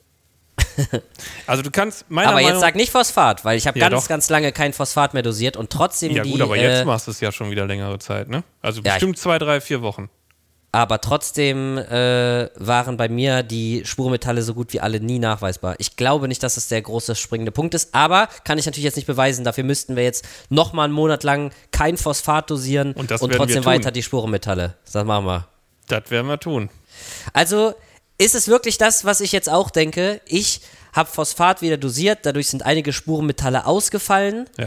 S2: Also du kannst meiner Meinung nach...
S3: Aber jetzt sag nicht Phosphat, weil ich habe ganz lange kein Phosphat mehr dosiert und trotzdem
S2: Ja gut, aber jetzt machst du es ja schon wieder längere Zeit, ne? Also bestimmt 2, 3, 4 Wochen.
S3: Aber trotzdem waren bei mir die Spurenmetalle so gut wie alle nie nachweisbar. Ich glaube nicht, dass das der große springende Punkt ist, aber kann ich natürlich jetzt nicht beweisen. Dafür müssten wir jetzt nochmal einen Monat lang kein Phosphat dosieren und trotzdem weiter die Spurenmetalle. Das machen wir.
S2: Das werden wir tun.
S3: Also ist es wirklich das, was ich jetzt auch denke? Ich habe Phosphat wieder dosiert, dadurch sind einige Spurenmetalle ausgefallen.
S2: Ja.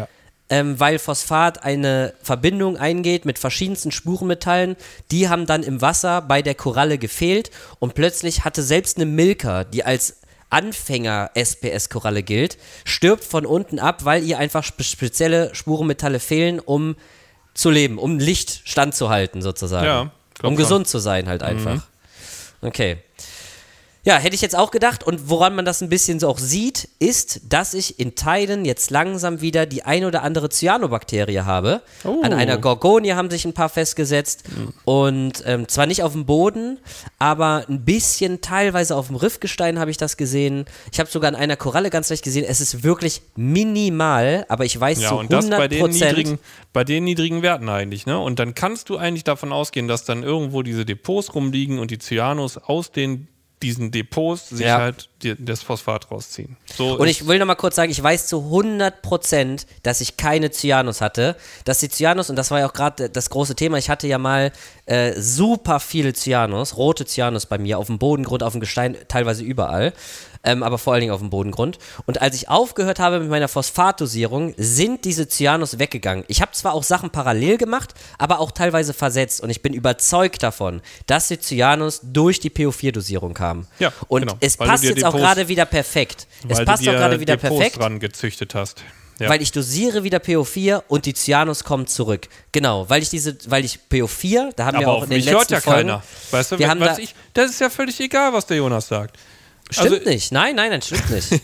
S3: weil Phosphat eine Verbindung eingeht mit verschiedensten Spurenmetallen. Die haben dann im Wasser bei der Koralle gefehlt und plötzlich hatte selbst eine Milka, die als Anfänger-SPS-Koralle gilt, stirbt von unten ab, weil ihr einfach spezielle Spurenmetalle fehlen, um zu leben, um Licht standzuhalten sozusagen.
S2: Ja,
S3: um gesund zu sein halt einfach. Okay. Ja, hätte ich jetzt auch gedacht. Und woran man das ein bisschen so auch sieht, ist, dass ich in Teilen jetzt langsam wieder die ein oder andere Cyanobakterie habe. Oh. An einer Gorgonie haben sich ein paar festgesetzt. Und zwar nicht auf dem Boden, aber ein bisschen teilweise auf dem Riffgestein habe ich das gesehen. Ich habe sogar an einer Koralle ganz leicht gesehen. Es ist wirklich minimal, aber ich weiß zu 100%.
S2: Und das bei den niedrigen Werten eigentlich, ne? Und dann kannst du eigentlich davon ausgehen, dass dann irgendwo diese Depots rumliegen und die Cyanos aus diesen Depots sich halt das Phosphat rausziehen. So
S3: und ich will noch mal kurz sagen, ich weiß zu 100%, dass ich keine Cyanos hatte. Dass die Cyanos, und das war ja auch gerade das große Thema, ich hatte ja mal super viele Cyanos, rote Cyanos bei mir, auf dem Bodengrund, auf dem Gestein, teilweise überall, aber vor allen Dingen auf dem Bodengrund. Und als ich aufgehört habe mit meiner Phosphatdosierung, sind diese Cyanos weggegangen. Ich habe zwar auch Sachen parallel gemacht, aber auch teilweise versetzt und ich bin überzeugt davon, dass die Cyanos durch die PO4-Dosierung kamen.
S2: Ja,
S3: und
S2: genau.
S3: es passt jetzt auch gerade wieder perfekt. Es passt auch gerade wieder perfekt.
S2: Dran gezüchtet hast.
S3: Ja. Weil ich dosiere wieder PO4 und die Cyanos kommen zurück. Genau, weil ich PO4, da haben
S2: aber
S3: wir auch in den letzten
S2: hört
S3: Folgen...
S2: keiner. Weißt du, das ist ja völlig egal, was der Jonas sagt.
S3: Stimmt nicht. Nein, stimmt nicht.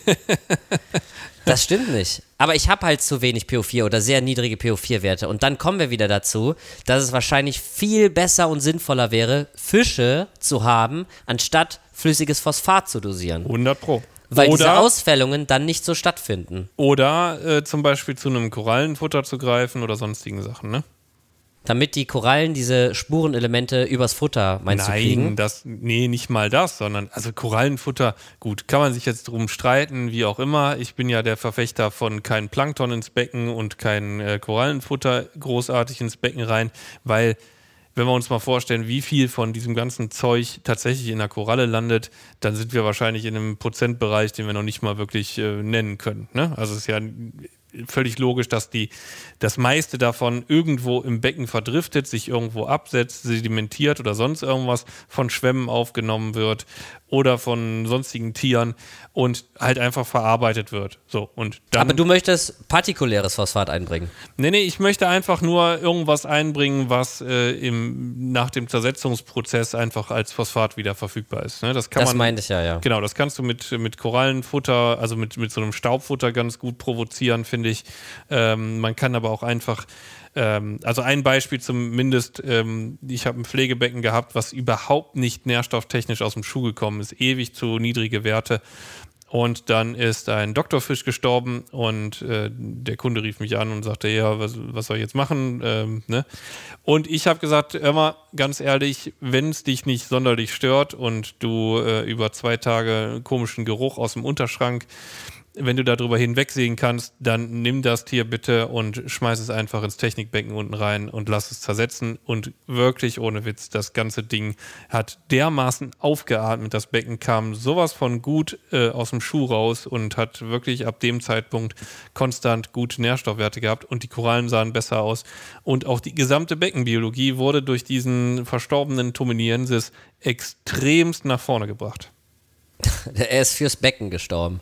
S3: Das stimmt nicht. Aber ich habe halt zu wenig PO4 oder sehr niedrige PO4-Werte. Und dann kommen wir wieder dazu, dass es wahrscheinlich viel besser und sinnvoller wäre, Fische zu haben, anstatt flüssiges Phosphat zu dosieren.
S2: 100%.
S3: Weil diese Ausfällungen dann nicht so stattfinden.
S2: Oder zum Beispiel zu einem Korallenfutter zu greifen oder sonstigen Sachen, ne?
S3: Damit die Korallen diese Spurenelemente übers Futter, meinst du, kriegen?
S2: Nee, nicht mal das, sondern, also Korallenfutter, gut, kann man sich jetzt drum streiten, wie auch immer. Ich bin ja der Verfechter von kein Plankton ins Becken und kein Korallenfutter großartig ins Becken rein, weil, wenn wir uns mal vorstellen, wie viel von diesem ganzen Zeug tatsächlich in der Koralle landet, dann sind wir wahrscheinlich in einem Prozentbereich, den wir noch nicht mal wirklich nennen können, ne? Also es ist ja völlig logisch, dass das meiste davon irgendwo im Becken verdriftet, sich irgendwo absetzt, sedimentiert oder sonst irgendwas von Schwämmen aufgenommen wird oder von sonstigen Tieren und halt einfach verarbeitet wird. So, und dann,
S3: aber du möchtest partikuläres Phosphat einbringen?
S2: Nee, ich möchte einfach nur irgendwas einbringen, was nach dem Zersetzungsprozess einfach als Phosphat wieder verfügbar ist. Ne? Das
S3: meinte ich ja.
S2: Genau, das kannst du mit Korallenfutter, also mit so einem Staubfutter ganz gut provozieren, finde ich. Man kann aber auch einfach, also ein Beispiel zumindest, ich habe ein Pflegebecken gehabt, was überhaupt nicht nährstofftechnisch aus dem Schuh gekommen ist, ewig zu niedrige Werte. Und dann ist ein Doktorfisch gestorben und der Kunde rief mich an und sagte, ja, was soll ich jetzt machen? Ne? Und ich habe gesagt, hör mal, ganz ehrlich, wenn es dich nicht sonderlich stört und du über 2 Tage einen komischen Geruch aus dem Unterschrank, wenn du darüber hinwegsehen kannst, dann nimm das Tier bitte und schmeiß es einfach ins Technikbecken unten rein und lass es zersetzen. Und wirklich ohne Witz, das ganze Ding hat dermaßen aufgeatmet. Das Becken kam sowas von gut aus dem Schuh raus und hat wirklich ab dem Zeitpunkt konstant gute Nährstoffwerte gehabt und die Korallen sahen besser aus. Und auch die gesamte Beckenbiologie wurde durch diesen verstorbenen Tominiensis extremst nach vorne gebracht.
S3: Er ist fürs Becken gestorben.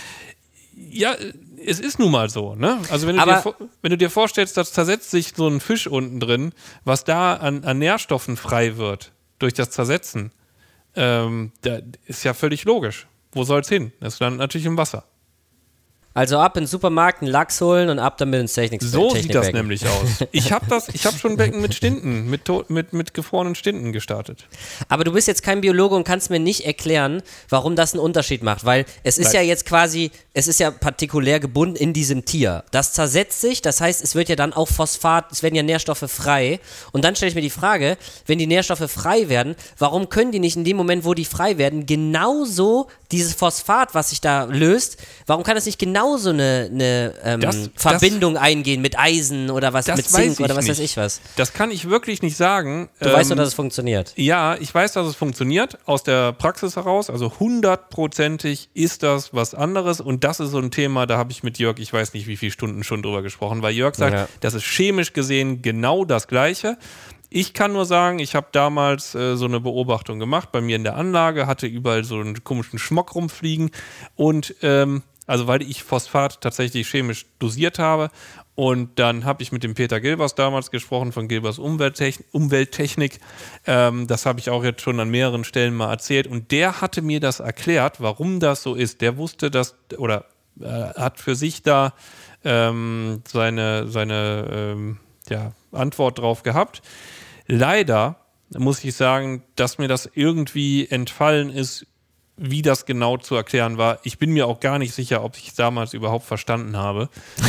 S2: Ja, es ist nun mal so, ne? Also wenn du dir vorstellst, dass zersetzt sich so ein Fisch unten drin, was da an Nährstoffen frei wird durch das Zersetzen, da ist ja völlig logisch. Wo soll's hin? Das landet natürlich im Wasser.
S3: Also ab in den Supermarkt, einen Lachs holen und ab damit ins Technikbecken.
S2: So sieht das nämlich aus. Ich habe schon Becken mit Stinten, mit gefrorenen Stinten gestartet.
S3: Aber du bist jetzt kein Biologe und kannst mir nicht erklären, warum das einen Unterschied macht, weil es ist ja jetzt quasi, es ist ja partikulär gebunden in diesem Tier. Das zersetzt sich, das heißt, es wird ja dann auch Phosphat, es werden ja Nährstoffe frei. Und dann stelle ich mir die Frage, wenn die Nährstoffe frei werden, warum können die nicht in dem Moment, wo die frei werden, genauso dieses Phosphat, was sich da löst, warum kann es nicht genauso eine Verbindung eingehen mit Eisen oder was, mit Zink oder was weiß ich was?
S2: Das kann ich wirklich nicht sagen.
S3: Du weißt nur, dass es funktioniert.
S2: Ja, ich weiß, dass es funktioniert aus der Praxis heraus. Also 100%ig ist das was anderes und und das ist so ein Thema, da habe ich mit Jörg, ich weiß nicht wie viele Stunden schon drüber gesprochen, weil Jörg sagt, das ist chemisch gesehen genau das Gleiche. Ich kann nur sagen, ich habe damals so eine Beobachtung gemacht bei mir in der Anlage, hatte überall so einen komischen Schmock rumfliegen und also weil ich Phosphat tatsächlich chemisch dosiert habe und dann habe ich mit dem Peter Gilbers damals gesprochen von Gilbers Umwelttechnik. Das habe ich auch jetzt schon an mehreren Stellen mal erzählt und der hatte mir das erklärt, warum das so ist. Der wusste das oder hat für sich da seine Antwort drauf gehabt. Leider muss ich sagen, dass mir das irgendwie entfallen ist, wie das genau zu erklären war. Ich bin mir auch gar nicht sicher, ob ich es damals überhaupt verstanden habe.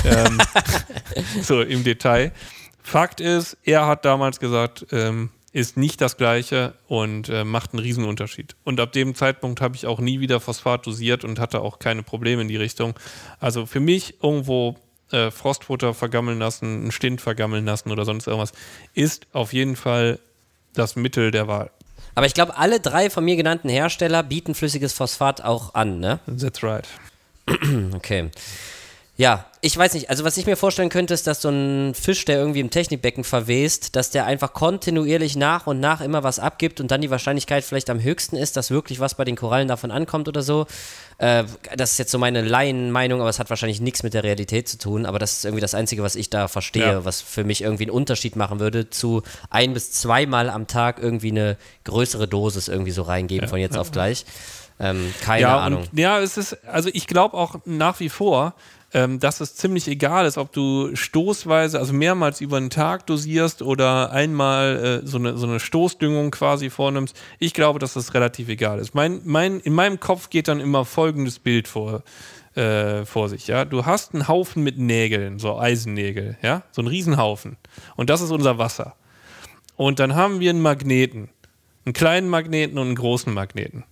S2: So im Detail. Fakt ist, er hat damals gesagt, ist nicht das Gleiche und macht einen Riesenunterschied. Und ab dem Zeitpunkt habe ich auch nie wieder Phosphat dosiert und hatte auch keine Probleme in die Richtung. Also für mich irgendwo Frostfutter vergammeln lassen, einen Stint vergammeln lassen oder sonst irgendwas, ist auf jeden Fall das Mittel der Wahl.
S3: Aber ich glaube, alle 3 von mir genannten Hersteller bieten flüssiges Phosphat auch an, ne?
S2: That's right.
S3: Okay. Ja, ich weiß nicht, also was ich mir vorstellen könnte, ist, dass so ein Fisch, der irgendwie im Technikbecken verwest, dass der einfach kontinuierlich nach und nach immer was abgibt und dann die Wahrscheinlichkeit vielleicht am höchsten ist, dass wirklich was bei den Korallen davon ankommt oder so. Das ist jetzt so meine Laienmeinung, aber es hat wahrscheinlich nichts mit der Realität zu tun, aber das ist irgendwie das Einzige, was ich da verstehe, was für mich irgendwie einen Unterschied machen würde, zu 1 bis 2 Mal am Tag irgendwie eine größere Dosis irgendwie so reingeben von jetzt auf gleich. Keine Ahnung.
S2: Es ist, also ich glaube auch nach wie vor, dass es ziemlich egal ist, ob du stoßweise, also mehrmals über den Tag dosierst oder einmal so eine Stoßdüngung quasi vornimmst. Ich glaube, dass das relativ egal ist. In meinem Kopf geht dann immer folgendes Bild vor sich. Ja? Du hast einen Haufen mit Nägeln, so Eisennägel, ja? So einen Riesenhaufen. Und das ist unser Wasser. Und dann haben wir einen Magneten, einen kleinen Magneten und einen großen Magneten.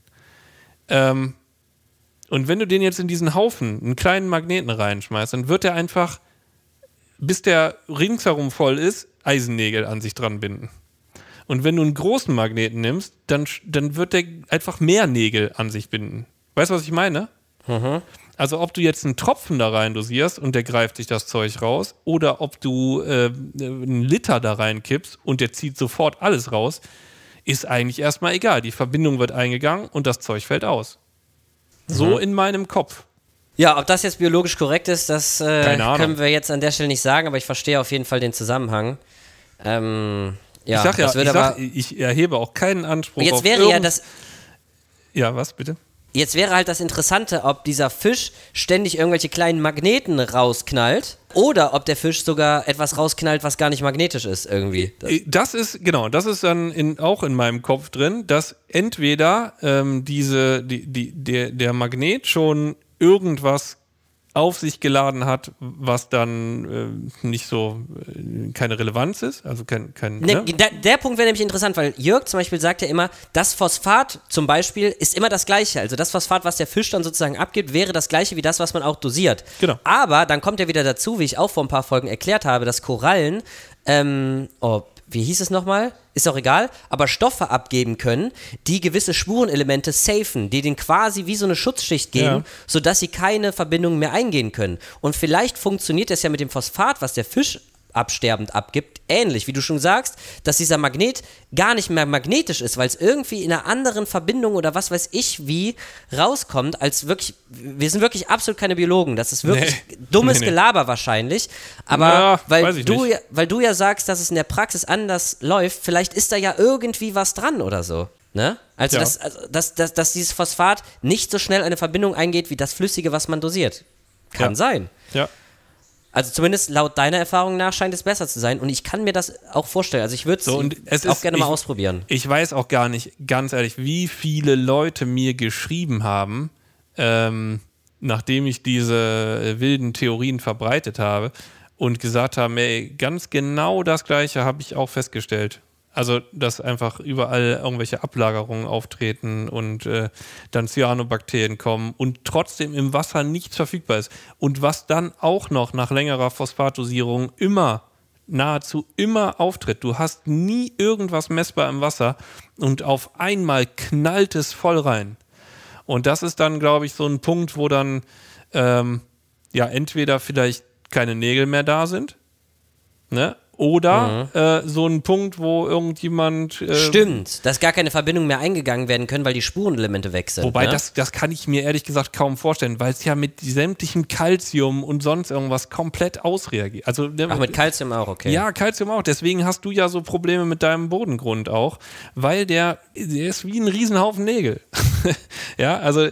S2: Und wenn du den jetzt in diesen Haufen, einen kleinen Magneten reinschmeißt, dann wird er einfach, bis der ringsherum voll ist, Eisennägel an sich dran binden. Und wenn du einen großen Magneten nimmst, dann wird der einfach mehr Nägel an sich binden. Weißt du, was ich meine? Mhm. Also ob du jetzt einen Tropfen da rein dosierst und der greift sich das Zeug raus oder ob du einen Liter da reinkippst und der zieht sofort alles raus, ist eigentlich erstmal egal. Die Verbindung wird eingegangen und das Zeug fällt aus. So in meinem Kopf.
S3: Ja, ob das jetzt biologisch korrekt ist, das können wir jetzt an der Stelle nicht sagen, aber ich verstehe auf jeden Fall den Zusammenhang.
S2: Ich erhebe auch keinen Anspruch
S3: jetzt
S2: auf
S3: wäre
S2: Ja, was bitte?
S3: Jetzt wäre halt das Interessante, ob dieser Fisch ständig irgendwelche kleinen Magneten rausknallt oder ob der Fisch sogar etwas rausknallt, was gar nicht magnetisch ist irgendwie.
S2: Das ist dann auch in meinem Kopf drin, dass entweder der Magnet schon irgendwas auf sich geladen hat, was dann nicht so, keine Relevanz ist, also
S3: Der Punkt wäre nämlich interessant, weil Jörg zum Beispiel sagt ja immer, das Phosphat zum Beispiel ist immer das Gleiche, also das Phosphat, was der Fisch dann sozusagen abgibt, wäre das Gleiche wie das, was man auch dosiert.
S2: Genau.
S3: Aber dann kommt ja wieder dazu, wie ich auch vor ein paar Folgen erklärt habe, dass Korallen, wie hieß es nochmal? Ist auch egal, aber Stoffe abgeben können, die gewisse Spurenelemente safen, die denen quasi wie so eine Schutzschicht geben, sodass sie keine Verbindungen mehr eingehen können. Und vielleicht funktioniert das ja mit dem Phosphat, was der Fisch absterbend abgibt, ähnlich, wie du schon sagst, dass dieser Magnet gar nicht mehr magnetisch ist, weil es irgendwie in einer anderen Verbindung oder was weiß ich wie rauskommt, als wirklich, wir sind wirklich absolut keine Biologen, das ist wirklich dummes Gelaber wahrscheinlich, aber weil du ja sagst, dass es in der Praxis anders läuft, vielleicht ist da ja irgendwie was dran oder so. Ne? Also, dass dieses Phosphat nicht so schnell eine Verbindung eingeht wie das Flüssige, was man dosiert. Kann sein.
S2: Ja.
S3: Also zumindest laut deiner Erfahrung nach scheint es besser zu sein und ich kann mir das auch vorstellen. Also ich würde es auch gerne mal ausprobieren.
S2: Ich weiß auch gar nicht, ganz ehrlich, wie viele Leute mir geschrieben haben, nachdem ich diese wilden Theorien verbreitet habe und gesagt haben, ey, ganz genau das Gleiche habe ich auch festgestellt. Also, dass einfach überall irgendwelche Ablagerungen auftreten und dann Cyanobakterien kommen und trotzdem im Wasser nichts verfügbar ist. Und was dann auch noch nach längerer Phosphatdosierung nahezu immer auftritt. Du hast nie irgendwas messbar im Wasser und auf einmal knallt es voll rein. Und das ist dann, glaube ich, so ein Punkt, wo dann entweder vielleicht keine Nägel mehr da sind, ne? Oder so ein Punkt, wo irgendjemand...
S3: Stimmt, dass gar keine Verbindungen mehr eingegangen werden können, weil die Spurenelemente weg sind.
S2: Wobei, das kann ich mir ehrlich gesagt kaum vorstellen, weil es ja mit sämtlichem Calcium und sonst irgendwas komplett ausreagiert. Also,
S3: mit Calcium auch, okay.
S2: Ja, Calcium auch. Deswegen hast du ja so Probleme mit deinem Bodengrund auch, weil der ist wie ein Riesenhaufen Nägel. Ja, also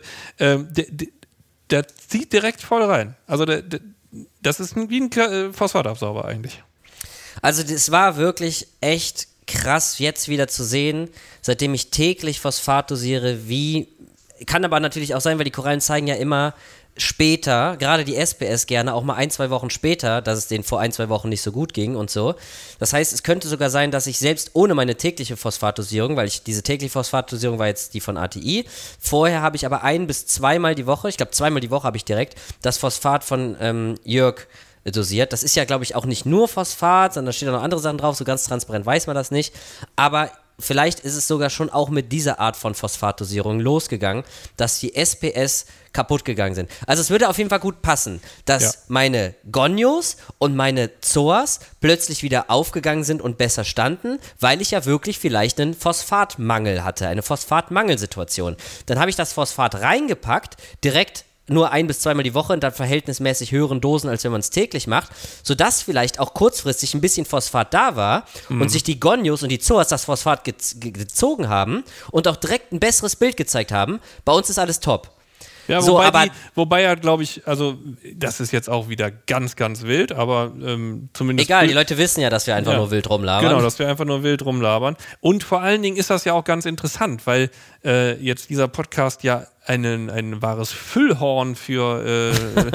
S2: der zieht direkt voll rein. Also das ist wie ein Phosphatabsauger eigentlich.
S3: Also das war wirklich echt krass jetzt wieder zu sehen, seitdem ich täglich Phosphat dosiere, kann aber natürlich auch sein, weil die Korallen zeigen ja immer später, gerade die SPS gerne, auch mal 1-2 Wochen später, dass es denen vor 1-2 Wochen nicht so gut ging und so. Das heißt, es könnte sogar sein, dass ich selbst ohne meine tägliche Phosphatdosierung, weil diese tägliche Phosphatdosierung war jetzt die von ATI, vorher habe ich aber 1- bis 2-mal die Woche, ich glaube 2-mal die Woche habe ich direkt das Phosphat von Jörg dosiert. Das ist ja, glaube ich, auch nicht nur Phosphat, sondern da stehen auch noch andere Sachen drauf, so ganz transparent weiß man das nicht, aber vielleicht ist es sogar schon auch mit dieser Art von Phosphatdosierung losgegangen, dass die SPS kaputt gegangen sind. Also es würde auf jeden Fall gut passen, dass meine Gonios und meine Zoas plötzlich wieder aufgegangen sind und besser standen, weil ich ja wirklich vielleicht einen Phosphatmangel hatte, eine Phosphatmangelsituation. Dann habe ich das Phosphat reingepackt, direkt nur 1- bis 2-mal die Woche in dann verhältnismäßig höheren Dosen, als wenn man es täglich macht, sodass vielleicht auch kurzfristig ein bisschen Phosphat da war und sich die Gonios und die Zoas das Phosphat gezogen haben und auch direkt ein besseres Bild gezeigt haben. Bei uns ist alles top.
S2: Ja, wobei ja, glaube ich, also das ist jetzt auch wieder ganz, ganz wild, aber zumindest...
S3: Egal, die Leute wissen ja, dass wir einfach nur wild rumlabern.
S2: Genau, dass wir einfach nur wild rumlabern. Und vor allen Dingen ist das ja auch ganz interessant, weil jetzt dieser Podcast ja ein wahres Füllhorn für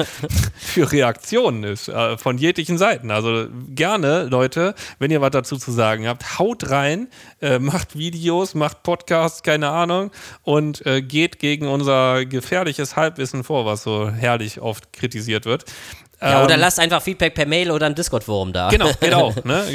S2: Reaktionen ist, von jeglichen Seiten. Also gerne, Leute, wenn ihr was dazu zu sagen habt, haut rein, macht Videos, macht Podcasts, keine Ahnung, und geht gegen unser gefährliches Halbwissen vor, was so herrlich oft kritisiert wird.
S3: Ja, oder lasst einfach Feedback per Mail oder ein Discord-Forum da.
S2: Genau, ne?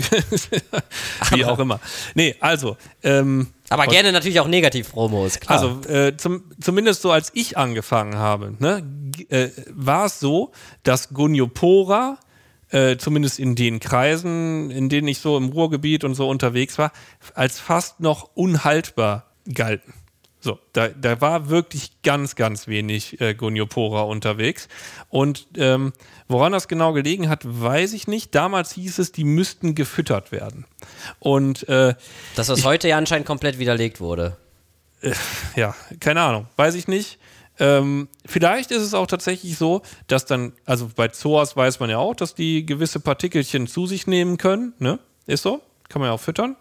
S2: Wie auch immer. Nee, also.
S3: Aber gerne natürlich auch Negativ-Promos, klar.
S2: Also, zumindest so als ich angefangen habe, ne, war es so, dass Goniopora, zumindest in den Kreisen, in denen ich so im Ruhrgebiet und so unterwegs war, als fast noch unhaltbar galten. So, da war wirklich ganz, ganz wenig Goniopora unterwegs. Und woran das genau gelegen hat, weiß ich nicht. Damals hieß es, die müssten gefüttert werden. Und
S3: dass das heute ja anscheinend komplett widerlegt wurde.
S2: Ja, keine Ahnung, weiß ich nicht. Vielleicht ist es auch tatsächlich so, dass dann, also bei Zoas weiß man ja auch, dass die gewisse Partikelchen zu sich nehmen können. Ne? Ist so, kann man ja auch füttern.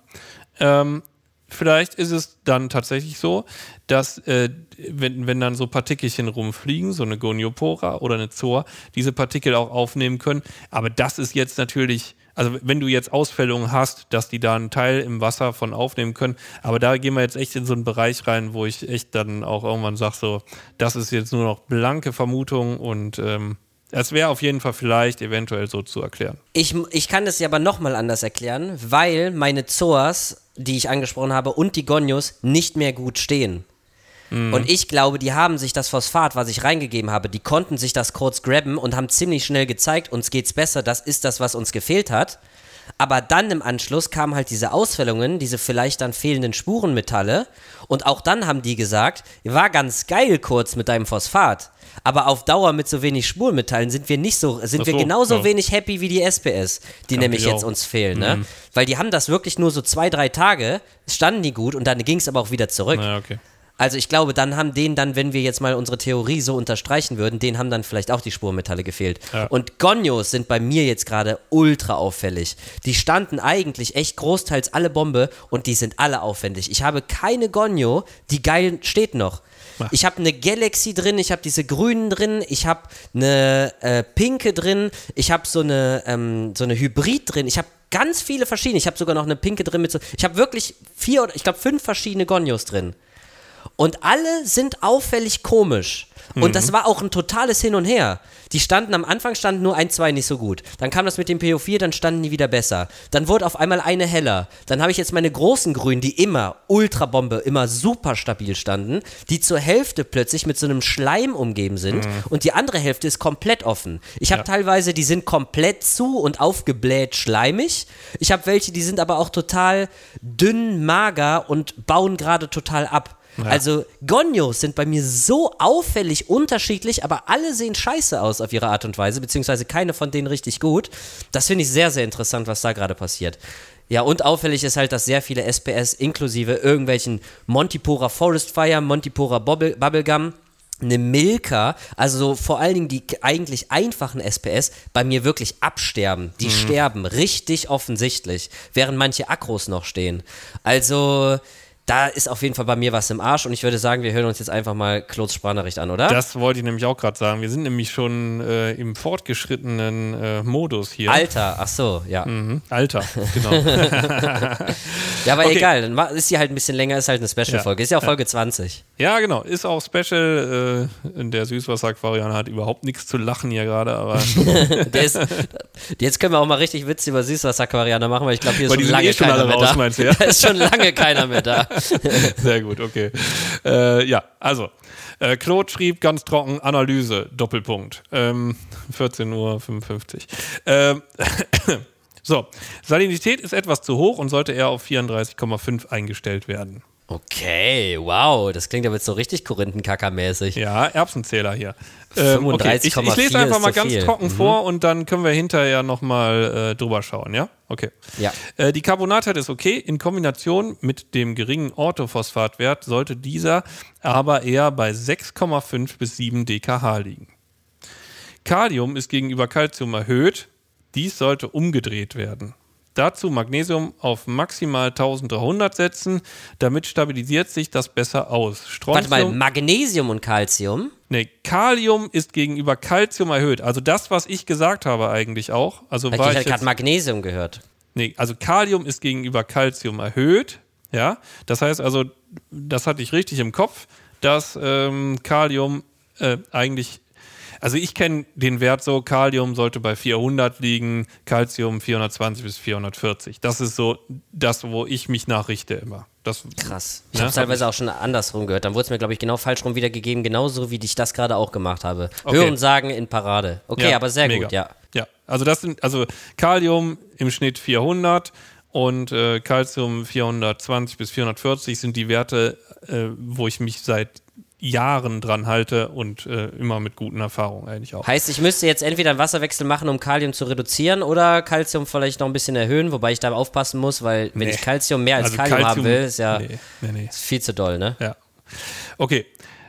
S2: Vielleicht ist es dann tatsächlich so, dass wenn dann so Partikelchen rumfliegen, so eine Goniopora oder eine Zoa, diese Partikel auch aufnehmen können. Aber das ist jetzt natürlich, also wenn du jetzt Ausfällungen hast, dass die da einen Teil im Wasser von aufnehmen können, aber da gehen wir jetzt echt in so einen Bereich rein, wo ich echt dann auch irgendwann sage, so, das ist jetzt nur noch blanke Vermutung und es wäre auf jeden Fall vielleicht eventuell so zu erklären.
S3: Ich kann das ja aber nochmal anders erklären, weil meine Zoas, die ich angesprochen habe, und die Gonios nicht mehr gut stehen. Und ich glaube, die haben sich das Phosphat, was ich reingegeben habe, die konnten sich das kurz grabben und haben ziemlich schnell gezeigt, uns geht's besser, das ist das, was uns gefehlt hat. Aber dann im Anschluss kamen halt diese Ausfällungen, diese vielleicht dann fehlenden Spurenmetalle, und auch dann haben die gesagt, war ganz geil kurz mit deinem Phosphat, aber auf Dauer mit so wenig Spurenmetallen sind wir genauso wenig happy wie die SPS, die kann nämlich jetzt uns fehlen, ne? Weil die haben das wirklich nur so 2-3 Tage, standen die gut und dann ging es aber auch wieder zurück.
S2: Ja, okay.
S3: Also ich glaube, dann haben denen dann, wenn wir jetzt mal unsere Theorie so unterstreichen würden, denen haben dann vielleicht auch die Spurenmetalle gefehlt. Ja. Und Gonios sind bei mir jetzt gerade ultra auffällig. Die standen eigentlich echt großteils alle Bombe und die sind alle aufwendig. Ich habe keine Gonio, die geil steht noch. Ja. Ich habe eine Galaxy drin, ich habe diese grünen drin, ich habe eine pinke drin, ich habe so eine Hybrid drin, ich habe ganz viele verschiedene. Ich habe sogar noch eine pinke drin mit so. Ich habe wirklich 4 oder ich glaube 5 verschiedene Gonios drin. Und alle sind auffällig komisch. Und das war auch ein totales Hin und Her. Am Anfang standen nur 1, 2 nicht so gut. Dann kam das mit dem PO4, dann standen die wieder besser. Dann wurde auf einmal eine heller. Dann habe ich jetzt meine großen Grünen, die immer Ultrabombe, immer super stabil standen, die zur Hälfte plötzlich mit so einem Schleim umgeben sind und die andere Hälfte ist komplett offen. Ich habe teilweise, die sind komplett zu und aufgebläht schleimig. Ich habe welche, die sind aber auch total dünn, mager und bauen gerade total ab. Ja. Also Gonios sind bei mir so auffällig unterschiedlich, aber alle sehen scheiße aus auf ihre Art und Weise, beziehungsweise keine von denen richtig gut. Das finde ich sehr, sehr interessant, was da gerade passiert. Ja, und auffällig ist halt, dass sehr viele SPS inklusive irgendwelchen Montipora Forest Fire, Montipora Bubblegum, eine Milka, also vor allen Dingen die eigentlich einfachen SPS, bei mir wirklich absterben. Die sterben richtig offensichtlich, während manche Akros noch stehen. Also da ist auf jeden Fall bei mir was im Arsch und ich würde sagen, wir hören uns jetzt einfach mal Claudes Sprachnachricht an, oder?
S2: Das wollte ich nämlich auch gerade sagen. Wir sind nämlich schon im fortgeschrittenen Modus hier.
S3: Alter, ach so, ja.
S2: Alter, genau.
S3: Ja, aber egal, dann ist sie halt ein bisschen länger, ist halt eine Special-Folge. Ist ja auch Folge 20.
S2: Ja, genau, ist auch Special. Der Süßwasser-Aquarianer hat überhaupt nichts zu lachen hier gerade, aber
S3: jetzt können wir auch mal richtig Witz über Süßwasser-Aquarianer machen, weil ich glaube, hier ist schon lange
S2: keiner mehr da.
S3: Meinst du, ja? Da ist schon lange keiner mehr da.
S2: Sehr gut, okay. Ja, also, Claude schrieb ganz trocken, Analyse, Doppelpunkt. 14:55 Uhr. So, Salinität ist etwas zu hoch und sollte eher auf 34,5 eingestellt werden.
S3: Okay, wow, das klingt aber jetzt so richtig Korinthenkacker-mäßig.
S2: Ja, Erbsenzähler hier.
S3: 35,4
S2: okay. Ich lese einfach mal ganz
S3: viel.
S2: trocken vor und dann können wir hinterher nochmal drüber schauen, ja? Okay.
S3: Ja.
S2: Die Carbonatheit ist okay. In Kombination mit dem geringen Orthophosphatwert sollte dieser aber eher bei 6,5 bis 7 dkH liegen. Kalium ist gegenüber Calcium erhöht. Dies sollte umgedreht werden. Dazu Magnesium auf maximal 1300 setzen, damit stabilisiert sich das besser aus.
S3: Warte mal, Magnesium und Calcium?
S2: Nee, Kalium ist gegenüber Calcium erhöht. Also das, was ich gesagt habe eigentlich auch. Also
S3: ich hatte gerade Magnesium gehört.
S2: Nee, also Kalium ist gegenüber Calcium erhöht. Ja, das heißt also, das hatte ich richtig im Kopf, dass Kalium eigentlich... Also ich kenne den Wert so, Kalium sollte bei 400 liegen, Calcium 420 bis 440. Das ist so das, wo ich mich nachrichte immer.
S3: Krass. Ich habe es teilweise auch schon andersrum gehört. Dann wurde es mir, glaube ich, genau falsch rum wiedergegeben, genauso wie ich das gerade auch gemacht habe. Okay. Hören, sagen in Parade. Okay, ja, aber sehr mega. Gut, ja.
S2: Ja, also Kalium im Schnitt 400 und Calcium 420 bis 440 sind die Werte, wo ich mich seit Jahren dran halte und immer mit guten Erfahrungen eigentlich auch.
S3: Heißt, ich müsste jetzt entweder einen Wasserwechsel machen, um Kalium zu reduzieren oder Calcium vielleicht noch ein bisschen erhöhen, wobei ich da aufpassen muss, weil wenn ich Calcium mehr als Kalium haben will, ist ja ist viel zu doll, ne?
S2: Ja. Okay.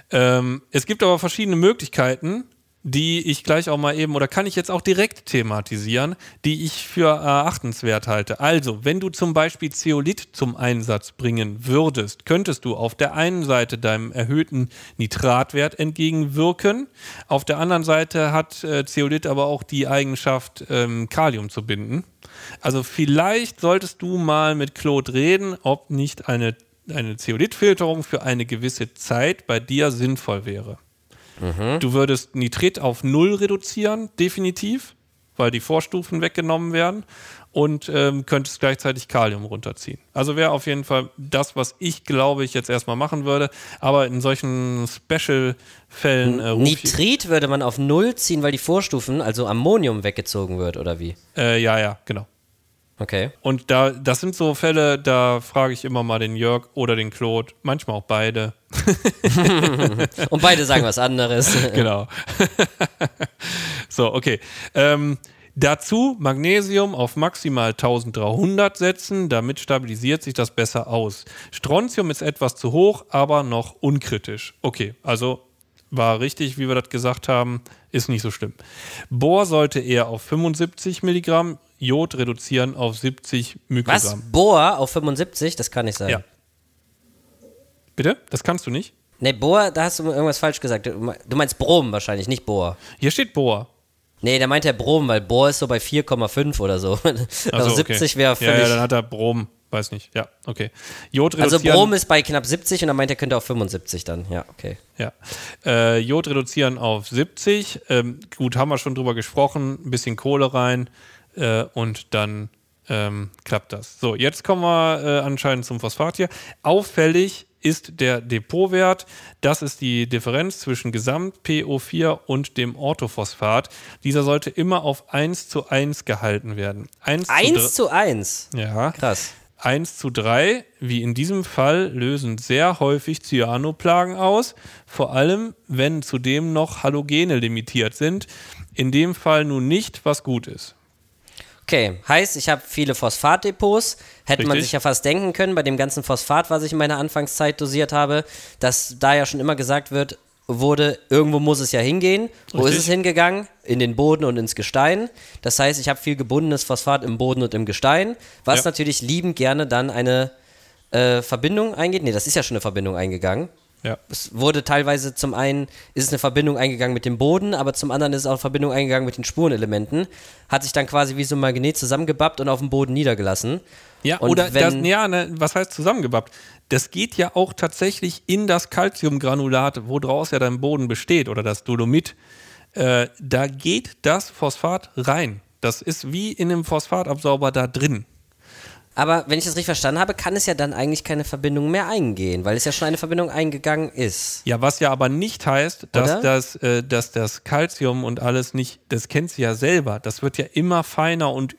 S2: Es gibt aber verschiedene Möglichkeiten, die ich gleich auch mal eben, oder kann ich jetzt auch direkt thematisieren, die ich für erachtenswert halte. Also, wenn du zum Beispiel Zeolit zum Einsatz bringen würdest, könntest du auf der einen Seite deinem erhöhten Nitratwert entgegenwirken, auf der anderen Seite hat Zeolit aber auch die Eigenschaft, Kalium zu binden. Also vielleicht solltest du mal mit Claude reden, ob nicht eine Zeolitfilterung für eine gewisse Zeit bei dir sinnvoll wäre. Du würdest Nitrit auf 0 reduzieren, definitiv, weil die Vorstufen weggenommen werden und könntest gleichzeitig Kalium runterziehen. Also wäre auf jeden Fall das, was ich glaube ich jetzt erstmal machen würde, aber in solchen Special-Fällen...
S3: Nitrit würde man auf 0 ziehen, weil die Vorstufen, also Ammonium, weggezogen wird, oder wie?
S2: Ja, genau.
S3: Okay.
S2: Und das sind so Fälle, da frage ich immer mal den Jörg oder den Claude, manchmal auch beide.
S3: Und beide sagen was anderes.
S2: Genau. So, okay. Dazu Magnesium auf maximal 1300 setzen, damit stabilisiert sich das besser aus. Strontium ist etwas zu hoch, aber noch unkritisch. Okay, also war richtig, wie wir das gesagt haben, ist nicht so schlimm. Bor sollte eher auf 75 Milligramm, Jod reduzieren auf 70 Mikrogramm.
S3: Was? Bor auf 75? Das kann nicht sein.
S2: Ja. Bitte? Das kannst du nicht?
S3: Nee, Bor, da hast du irgendwas falsch gesagt. Du meinst Brom wahrscheinlich, nicht Bor.
S2: Hier steht Bor.
S3: Nee, da meint er Brom, weil Bor ist so bei 4,5 oder so. Also 70 wäre völlig...
S2: Ja, dann hat er Brom. weiß nicht. Ja, okay. Jod reduzieren.
S3: Also Brom ist bei knapp 70 und er meint, er könnte auf 75 dann. Ja, okay.
S2: Ja. Jod reduzieren auf 70. Gut, haben wir schon drüber gesprochen. Ein bisschen Kohle rein und dann klappt das. So, jetzt kommen wir anscheinend zum Phosphat hier. Auffällig ist der Depotwert. Das ist die Differenz zwischen Gesamt-PO4 und dem Orthophosphat. Dieser sollte immer auf 1:1 gehalten werden.
S3: 1:1?
S2: Ja.
S3: Krass.
S2: 1:3, wie in diesem Fall, lösen sehr häufig Cyanoplagen aus, vor allem wenn zudem noch Halogene limitiert sind. In dem Fall nun nicht, was gut ist.
S3: Okay, heißt, ich habe viele Phosphatdepots. Hätte man sich ja fast denken können, bei dem ganzen Phosphat, was ich in meiner Anfangszeit dosiert habe, dass da ja schon immer gesagt wurde, irgendwo muss es ja hingehen. Wo ist es hingegangen? In den Boden und ins Gestein. Das heißt, ich habe viel gebundenes Phosphat im Boden und im Gestein, was natürlich liebend gerne dann eine Verbindung eingeht. Nee, das ist ja schon eine Verbindung eingegangen.
S2: Ja.
S3: Es wurde teilweise, zum einen ist es eine Verbindung eingegangen mit dem Boden, aber zum anderen ist es auch eine Verbindung eingegangen mit den Spurenelementen. Hat sich dann quasi wie so ein Magnet zusammengebappt und auf dem Boden niedergelassen.
S2: Ja, und oder was heißt zusammengebappt? Das geht ja auch tatsächlich in das Calciumgranulat, woraus ja dein Boden besteht, oder das Dolomit. Da geht das Phosphat rein. Das ist wie in einem Phosphatabsorber da drin.
S3: Aber wenn ich das richtig verstanden habe, kann es ja dann eigentlich keine Verbindung mehr eingehen, weil es ja schon eine Verbindung eingegangen ist.
S2: Ja, was ja aber nicht heißt, dass das Calcium und alles nicht, das kennst du ja selber, das wird ja immer feiner und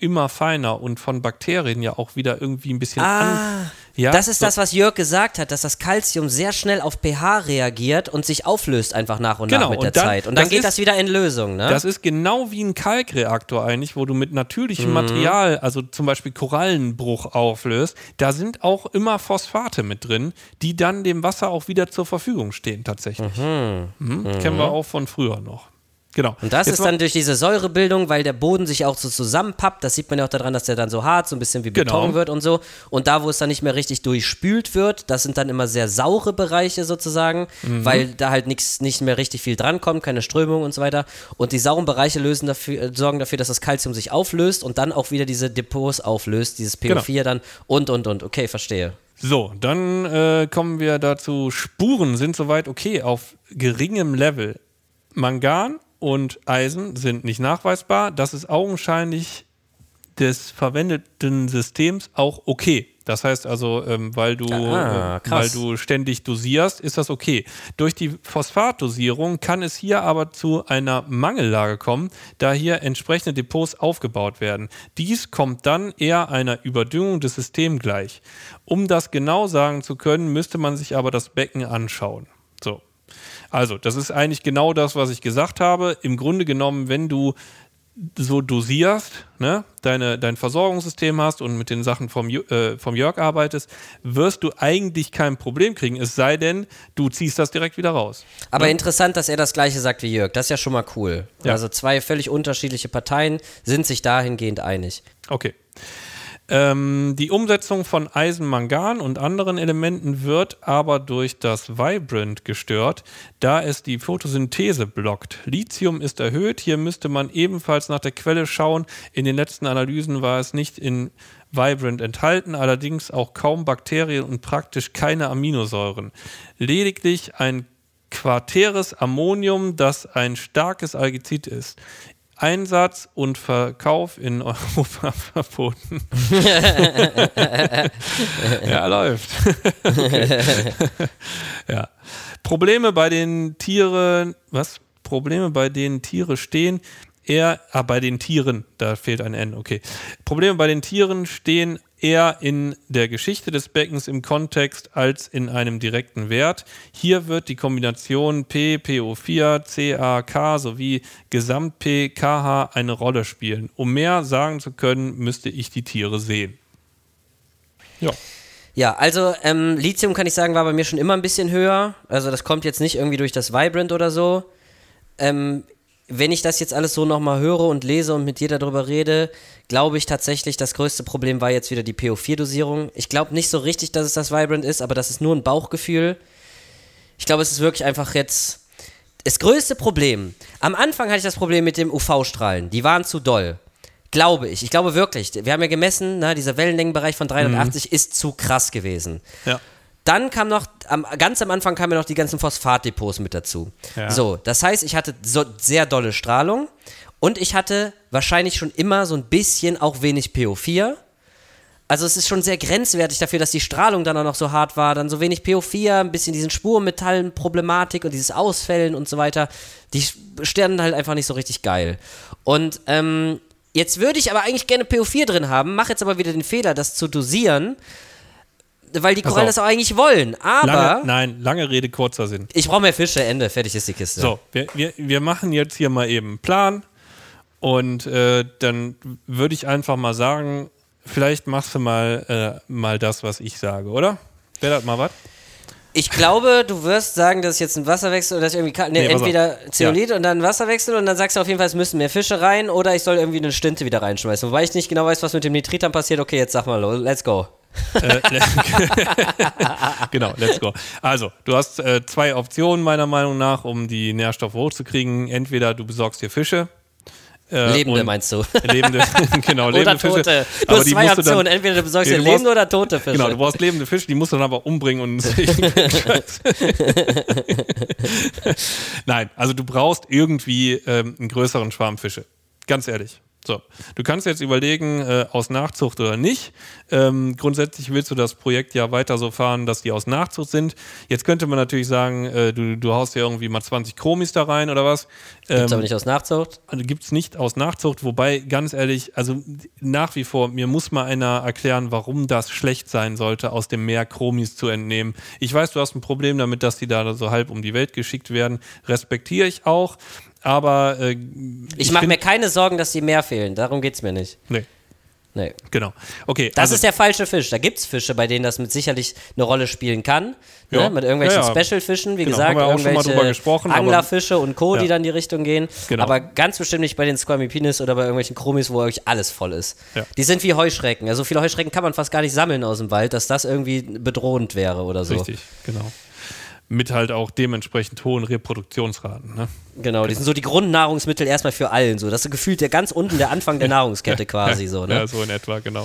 S2: von Bakterien ja auch wieder irgendwie ein bisschen
S3: Ja, das ist das, was Jörg gesagt hat, dass das Calcium sehr schnell auf pH reagiert und sich auflöst einfach nach und nach mit der Zeit. Und dann geht das wieder in Lösung, ne?
S2: Das ist genau wie ein Kalkreaktor eigentlich, wo du mit natürlichem Material, also zum Beispiel Korallenbruch auflöst. Da sind auch immer Phosphate mit drin, die dann dem Wasser auch wieder zur Verfügung stehen tatsächlich. Kennen wir auch von früher noch. Genau.
S3: Und das ist dann durch diese Säurebildung, weil der Boden sich auch so zusammenpappt, das sieht man ja auch daran, dass der dann so hart, so ein bisschen wie Beton wird und so. Und da, wo es dann nicht mehr richtig durchspült wird, das sind dann immer sehr saure Bereiche sozusagen, weil da halt nicht mehr richtig viel drankommt, keine Strömung und so weiter. Und die sauren Bereiche sorgen dafür, dass das Calcium sich auflöst und dann auch wieder diese Depots auflöst, dieses PO4 dann und. Okay, verstehe.
S2: So, dann kommen wir dazu, Spuren sind soweit okay auf geringem Level. Mangan und Eisen sind nicht nachweisbar. Das ist augenscheinlich des verwendeten Systems auch okay. Das heißt also, weil du ständig dosierst, ist das okay. Durch die Phosphatdosierung kann es hier aber zu einer Mangellage kommen, da hier entsprechende Depots aufgebaut werden. Dies kommt dann eher einer Überdüngung des Systems gleich. Um das genau sagen zu können, müsste man sich aber das Becken anschauen. So. Also, das ist eigentlich genau das, was ich gesagt habe. Im Grunde genommen, wenn du so dosierst, ne, dein Versorgungssystem hast und mit den Sachen vom Jörg arbeitest, wirst du eigentlich kein Problem kriegen, es sei denn, du ziehst das direkt wieder raus.
S3: Aber interessant, dass er das Gleiche sagt wie Jörg. Das ist ja schon mal cool.
S2: Ja.
S3: Also zwei völlig unterschiedliche Parteien sind sich dahingehend einig.
S2: Okay. Die Umsetzung von Eisen, Mangan und anderen Elementen wird aber durch das Vibrant gestört, da es die Photosynthese blockt. Lithium ist erhöht, hier müsste man ebenfalls nach der Quelle schauen. In den letzten Analysen war es nicht in Vibrant enthalten, allerdings auch kaum Bakterien und praktisch keine Aminosäuren. Lediglich ein quartäres Ammonium, das ein starkes Algizid ist. Einsatz und Verkauf in Europa verboten. Ja, läuft. Okay. Ja. Probleme bei den Tieren stehen eher, bei den Tieren, da fehlt ein N, okay. Probleme bei den Tieren stehen eher in der Geschichte des Beckens im Kontext als in einem direkten Wert. Hier wird die Kombination P, PO4, CA, K sowie Gesamt-P, KH eine Rolle spielen. Um mehr sagen zu können, müsste ich die Tiere sehen. Ja.
S3: Ja, also Lithium, kann ich sagen, war bei mir schon immer ein bisschen höher. Also das kommt jetzt nicht irgendwie durch das Vibrant oder so. Wenn ich das jetzt alles so nochmal höre und lese und mit dir darüber rede, glaube ich tatsächlich, das größte Problem war jetzt wieder die PO4-Dosierung. Ich glaube nicht so richtig, dass es das Vibrant ist, aber das ist nur ein Bauchgefühl. Ich glaube, es ist wirklich einfach jetzt das größte Problem. Am Anfang hatte ich das Problem mit dem UV-Strahlen. Die waren zu doll. Glaube ich. Ich glaube wirklich. Wir haben ja gemessen, dieser Wellenlängenbereich von 380 ist zu krass gewesen.
S2: Ja.
S3: Dann kam noch, ganz am Anfang kamen ja noch die ganzen Phosphatdepots mit dazu. Ja. So, das heißt, ich hatte so sehr dolle Strahlung und ich hatte wahrscheinlich schon immer so ein bisschen auch wenig PO4. Also es ist schon sehr grenzwertig dafür, dass die Strahlung dann auch noch so hart war, dann so wenig PO4, ein bisschen diesen Spurmetallen-Problematik und dieses Ausfällen und so weiter. Die standen halt einfach nicht so richtig geil. Und jetzt würde ich aber eigentlich gerne PO4 drin haben, mache jetzt aber wieder den Fehler, das zu dosieren, weil die Korallen das auch eigentlich wollen. Aber
S2: lange Rede, kurzer Sinn.
S3: Ich brauche mehr Fische, Ende, fertig ist die Kiste.
S2: So, wir machen jetzt hier mal eben einen Plan und dann würde ich einfach mal sagen, vielleicht machst du mal das, was ich sage, oder? Wäre das mal was?
S3: Ich glaube, du wirst sagen, dass ich jetzt ein Wasserwechsel oder dass ich irgendwie entweder Zeolit und dann Wasserwechsel und dann sagst du auf jeden Fall, es müssen mehr Fische rein oder ich soll irgendwie eine Stinte wieder reinschmeißen. Wobei ich nicht genau weiß, was mit dem Nitrit dann passiert. Okay, jetzt sag mal, let's go.
S2: Genau, let's go. Also, du hast 2 Optionen meiner Meinung nach, um die Nährstoffe hochzukriegen. Entweder du besorgst dir Fische.
S3: Lebende meinst du?
S2: Lebende, genau, lebende
S3: oder Tote.
S2: Fische.
S3: Du hast 2 Optionen, entweder du besorgst dir lebende oder tote Fische.
S2: Genau, du brauchst lebende Fische, die musst du dann aber umbringen und Nein, also du brauchst irgendwie einen größeren Schwarm Fische. Ganz ehrlich. So, du kannst jetzt überlegen, aus Nachzucht oder nicht. Grundsätzlich willst du das Projekt ja weiter so fahren, dass die aus Nachzucht sind. Jetzt könnte man natürlich sagen, du haust ja irgendwie mal 20 Chromis da rein oder was.
S3: Gibt's aber nicht aus Nachzucht?
S2: Also gibt's nicht aus Nachzucht, wobei, ganz ehrlich, also nach wie vor, mir muss mal einer erklären, warum das schlecht sein sollte, aus dem Meer Chromis zu entnehmen. Ich weiß, du hast ein Problem damit, dass die da so halb um die Welt geschickt werden. Respektiere ich auch. Aber
S3: ich mache mir keine Sorgen, dass die mehr fehlen. Darum geht's mir nicht.
S2: Nee. Genau. Okay.
S3: Das ist der falsche Fisch. Da gibt's Fische, bei denen das mit sicherlich eine Rolle spielen kann. Ja. Mit irgendwelchen Special-Fischen, wie gesagt, irgendwelche Anglerfische und Co., die dann in die Richtung gehen. Genau. Aber ganz bestimmt nicht bei den Squamipinis oder bei irgendwelchen Chromis, wo wirklich alles voll ist. Ja. Die sind wie Heuschrecken. Also viele Heuschrecken kann man fast gar nicht sammeln aus dem Wald, dass das irgendwie bedrohend wäre oder so.
S2: Richtig, genau. Mit halt auch dementsprechend hohen Reproduktionsraten. Ne?
S3: Genau, die sind so die Grundnahrungsmittel erstmal für allen. So. Das ist gefühlt ganz unten der Anfang der Nahrungskette quasi. So, ne?
S2: Ja, so in etwa, genau.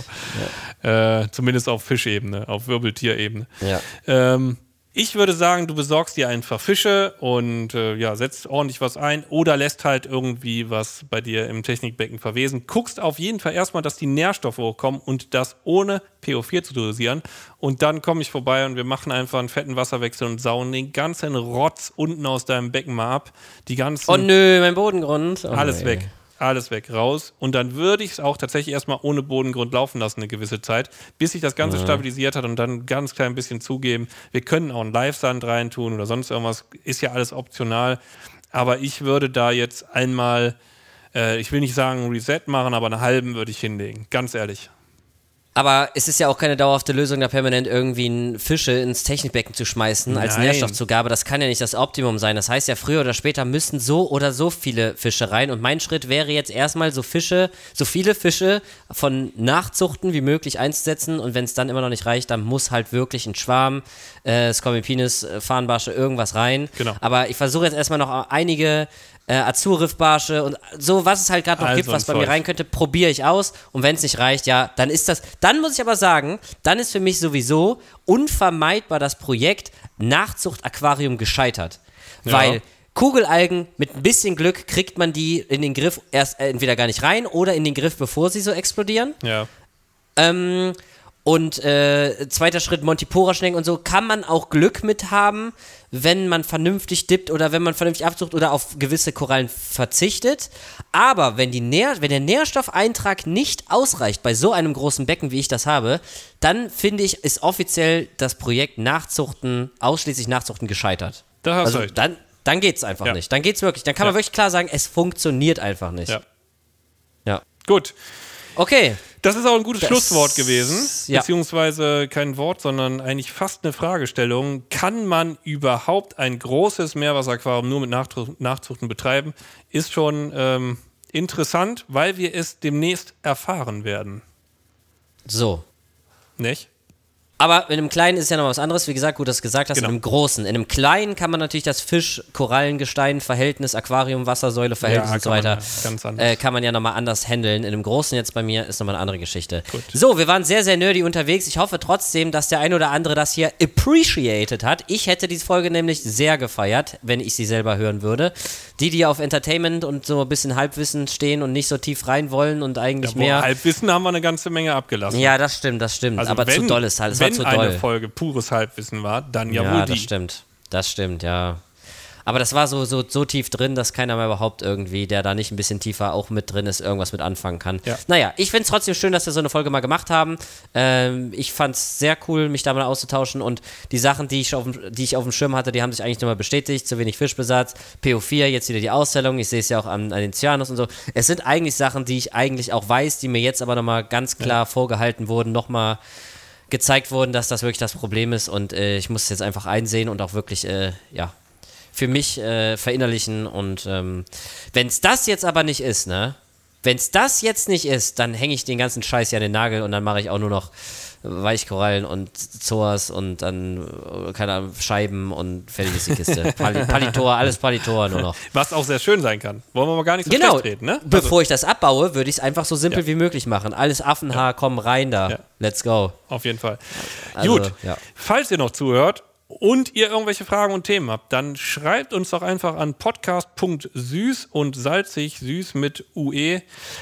S2: Ja. Zumindest auf Fischebene, auf Wirbeltierebene.
S3: Ja.
S2: Ich würde sagen, du besorgst dir einfach Fische und setzt ordentlich was ein oder lässt halt irgendwie was bei dir im Technikbecken verwesen. Guckst auf jeden Fall erstmal, dass die Nährstoffe hochkommen und das ohne PO4 zu dosieren. Und dann komme ich vorbei und wir machen einfach einen fetten Wasserwechsel und sauen den ganzen Rotz unten aus deinem Becken mal ab. Die ganzen.
S3: Oh nö, mein Bodengrund. Oh,
S2: alles weg. Alles weg, raus. Und dann würde ich es auch tatsächlich erstmal ohne Bodengrund laufen lassen, eine gewisse Zeit, bis sich das Ganze stabilisiert hat und dann ganz klein bisschen zugeben. Wir können auch einen Live-Sand reintun oder sonst irgendwas, ist ja alles optional. Aber ich würde da jetzt einmal, ich will nicht sagen Reset machen, aber einen halben würde ich hinlegen, ganz ehrlich.
S3: Aber es ist ja auch keine dauerhafte Lösung, da permanent irgendwie Fische ins Technikbecken zu schmeißen als Nährstoffzugabe. Das kann ja nicht das Optimum sein. Das heißt ja, früher oder später müssten so oder so viele Fische rein. Und mein Schritt wäre jetzt erstmal so viele Fische von Nachzuchten wie möglich einzusetzen. Und wenn es dann immer noch nicht reicht, dann muss halt wirklich ein Schwarm, Squamipinis, Farnbarsche, irgendwas rein.
S2: Genau.
S3: Aber ich versuche jetzt erstmal noch einige Azurriffbarsche und so, was es halt gerade noch gibt, was bei mir rein könnte, probiere ich aus und wenn es nicht reicht, ja, dann ist das, dann muss ich aber sagen, dann ist für mich sowieso unvermeidbar das Projekt Nachzucht-Aquarium gescheitert, weil Kugelalgen, mit ein bisschen Glück kriegt man die in den Griff erst entweder gar nicht rein oder in den Griff, bevor sie so explodieren.
S2: Ja.
S3: Und zweiter Schritt, Montipora-Schnecken und so, kann man auch Glück mit haben, wenn man vernünftig dippt oder wenn man vernünftig absucht oder auf gewisse Korallen verzichtet. Aber wenn der Nährstoffeintrag nicht ausreicht bei so einem großen Becken, wie ich das habe, dann finde ich, ist offiziell das Projekt ausschließlich Nachzuchten gescheitert.
S2: Da hast du recht.
S3: Dann geht's einfach nicht. Dann geht's wirklich. Dann kann man wirklich klar sagen, es funktioniert einfach nicht. Ja.
S2: Gut.
S3: Okay.
S2: Das ist auch ein gutes Schlusswort gewesen, beziehungsweise kein Wort, sondern eigentlich fast eine Fragestellung. Kann man überhaupt ein großes Meerwasseraquarium nur mit Nachzuchten betreiben? Ist schon interessant, weil wir es demnächst erfahren werden.
S3: So.
S2: Nicht?
S3: Aber in einem kleinen ist ja noch was anderes. Wie gesagt, gut, dass du gesagt hast, in einem großen. In einem kleinen kann man natürlich das Fisch-Korallengestein-Verhältnis, Aquarium-Wassersäule-Verhältnis und so weiter, kann man ja nochmal anders handeln. In einem großen jetzt bei mir ist nochmal eine andere Geschichte. Gut. So, wir waren sehr, sehr nerdy unterwegs. Ich hoffe trotzdem, dass der ein oder andere das hier appreciated hat. Ich hätte diese Folge nämlich sehr gefeiert, wenn ich sie selber hören würde. Die auf Entertainment und so ein bisschen Halbwissen stehen und nicht so tief rein wollen und eigentlich mehr...
S2: Halbwissen haben wir eine ganze Menge abgelassen.
S3: Ja, das stimmt. Also aber zu doll ist halt.
S2: Wenn eine Folge pures Halbwissen war, dann ja wohl die.
S3: Das stimmt, ja. Aber das war so tief drin, dass keiner mehr überhaupt irgendwie, der da nicht ein bisschen tiefer auch mit drin ist, irgendwas mit anfangen kann. Ja. Naja, ich finde es trotzdem schön, dass wir so eine Folge mal gemacht haben. Ich fand es sehr cool, mich da mal auszutauschen und die Sachen, die ich auf dem Schirm hatte, die haben sich eigentlich nochmal bestätigt. Zu wenig Fischbesatz, PO4, jetzt wieder die Ausstellung. Ich sehe es ja auch an den Cyanus und so. Es sind eigentlich Sachen, die ich eigentlich auch weiß, die mir jetzt aber nochmal ganz klar vorgehalten wurden, nochmal gezeigt wurden, dass das wirklich das Problem ist und ich muss es jetzt einfach einsehen und auch wirklich, für mich verinnerlichen und wenn es das jetzt aber nicht ist, ne? Wenn es das jetzt nicht ist, dann hänge ich den ganzen Scheiß hier an den Nagel und dann mache ich auch nur noch Weichkorallen und Zoas und dann, keine Ahnung, Scheiben und fertig ist die Kiste. Palitor, alles Palitor nur noch.
S2: Was auch sehr schön sein kann. Wollen wir mal gar nicht so schlecht reden, ne?
S3: Bevor ich das abbaue, würde ich es einfach so simpel wie möglich machen. Alles Affenhaar, komm rein da. Ja. Let's go.
S2: Auf jeden Fall. Also, gut, falls ihr noch zuhört und ihr irgendwelche Fragen und Themen habt, dann schreibt uns doch einfach an podcast.süß und salzig, süß mit UE,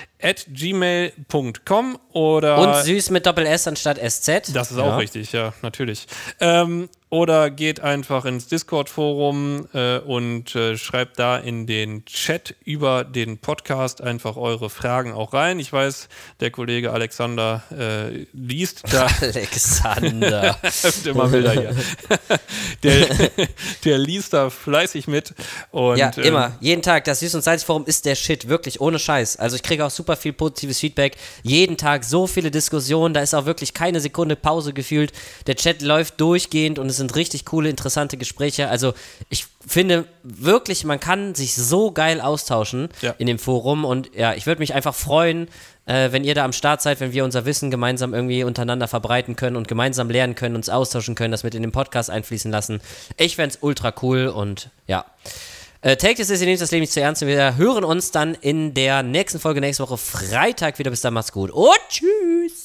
S2: @gmail.com oder...
S3: Und süß mit Doppel-S anstatt SZ.
S2: Das ist auch richtig, ja, natürlich. Oder geht einfach ins Discord-Forum und schreibt da in den Chat über den Podcast einfach eure Fragen auch rein. Ich weiß, der Kollege Alexander liest da...
S3: Alexander.
S2: Immer wieder hier. Der liest da fleißig mit. Und,
S3: ja, immer. Jeden Tag. Das Süß- und Salzig-Forum ist der Shit. Wirklich, ohne Scheiß. Also ich kriege auch super viel positives Feedback. Jeden Tag so viele Diskussionen. Da ist auch wirklich keine Sekunde Pause gefühlt. Der Chat läuft durchgehend und es sind richtig coole, interessante Gespräche. Also ich finde wirklich, man kann sich so geil austauschen in dem Forum und ja, ich würde mich einfach freuen, wenn ihr da am Start seid, wenn wir unser Wissen gemeinsam irgendwie untereinander verbreiten können und gemeinsam lernen können, uns austauschen können, das mit in den Podcast einfließen lassen. Ich fände es ultra cool und ja. Take this, ihr nehmt das Leben nicht zu ernst und wir hören uns dann in der nächsten Folge, nächste Woche Freitag wieder. Bis dann, macht's gut und tschüss!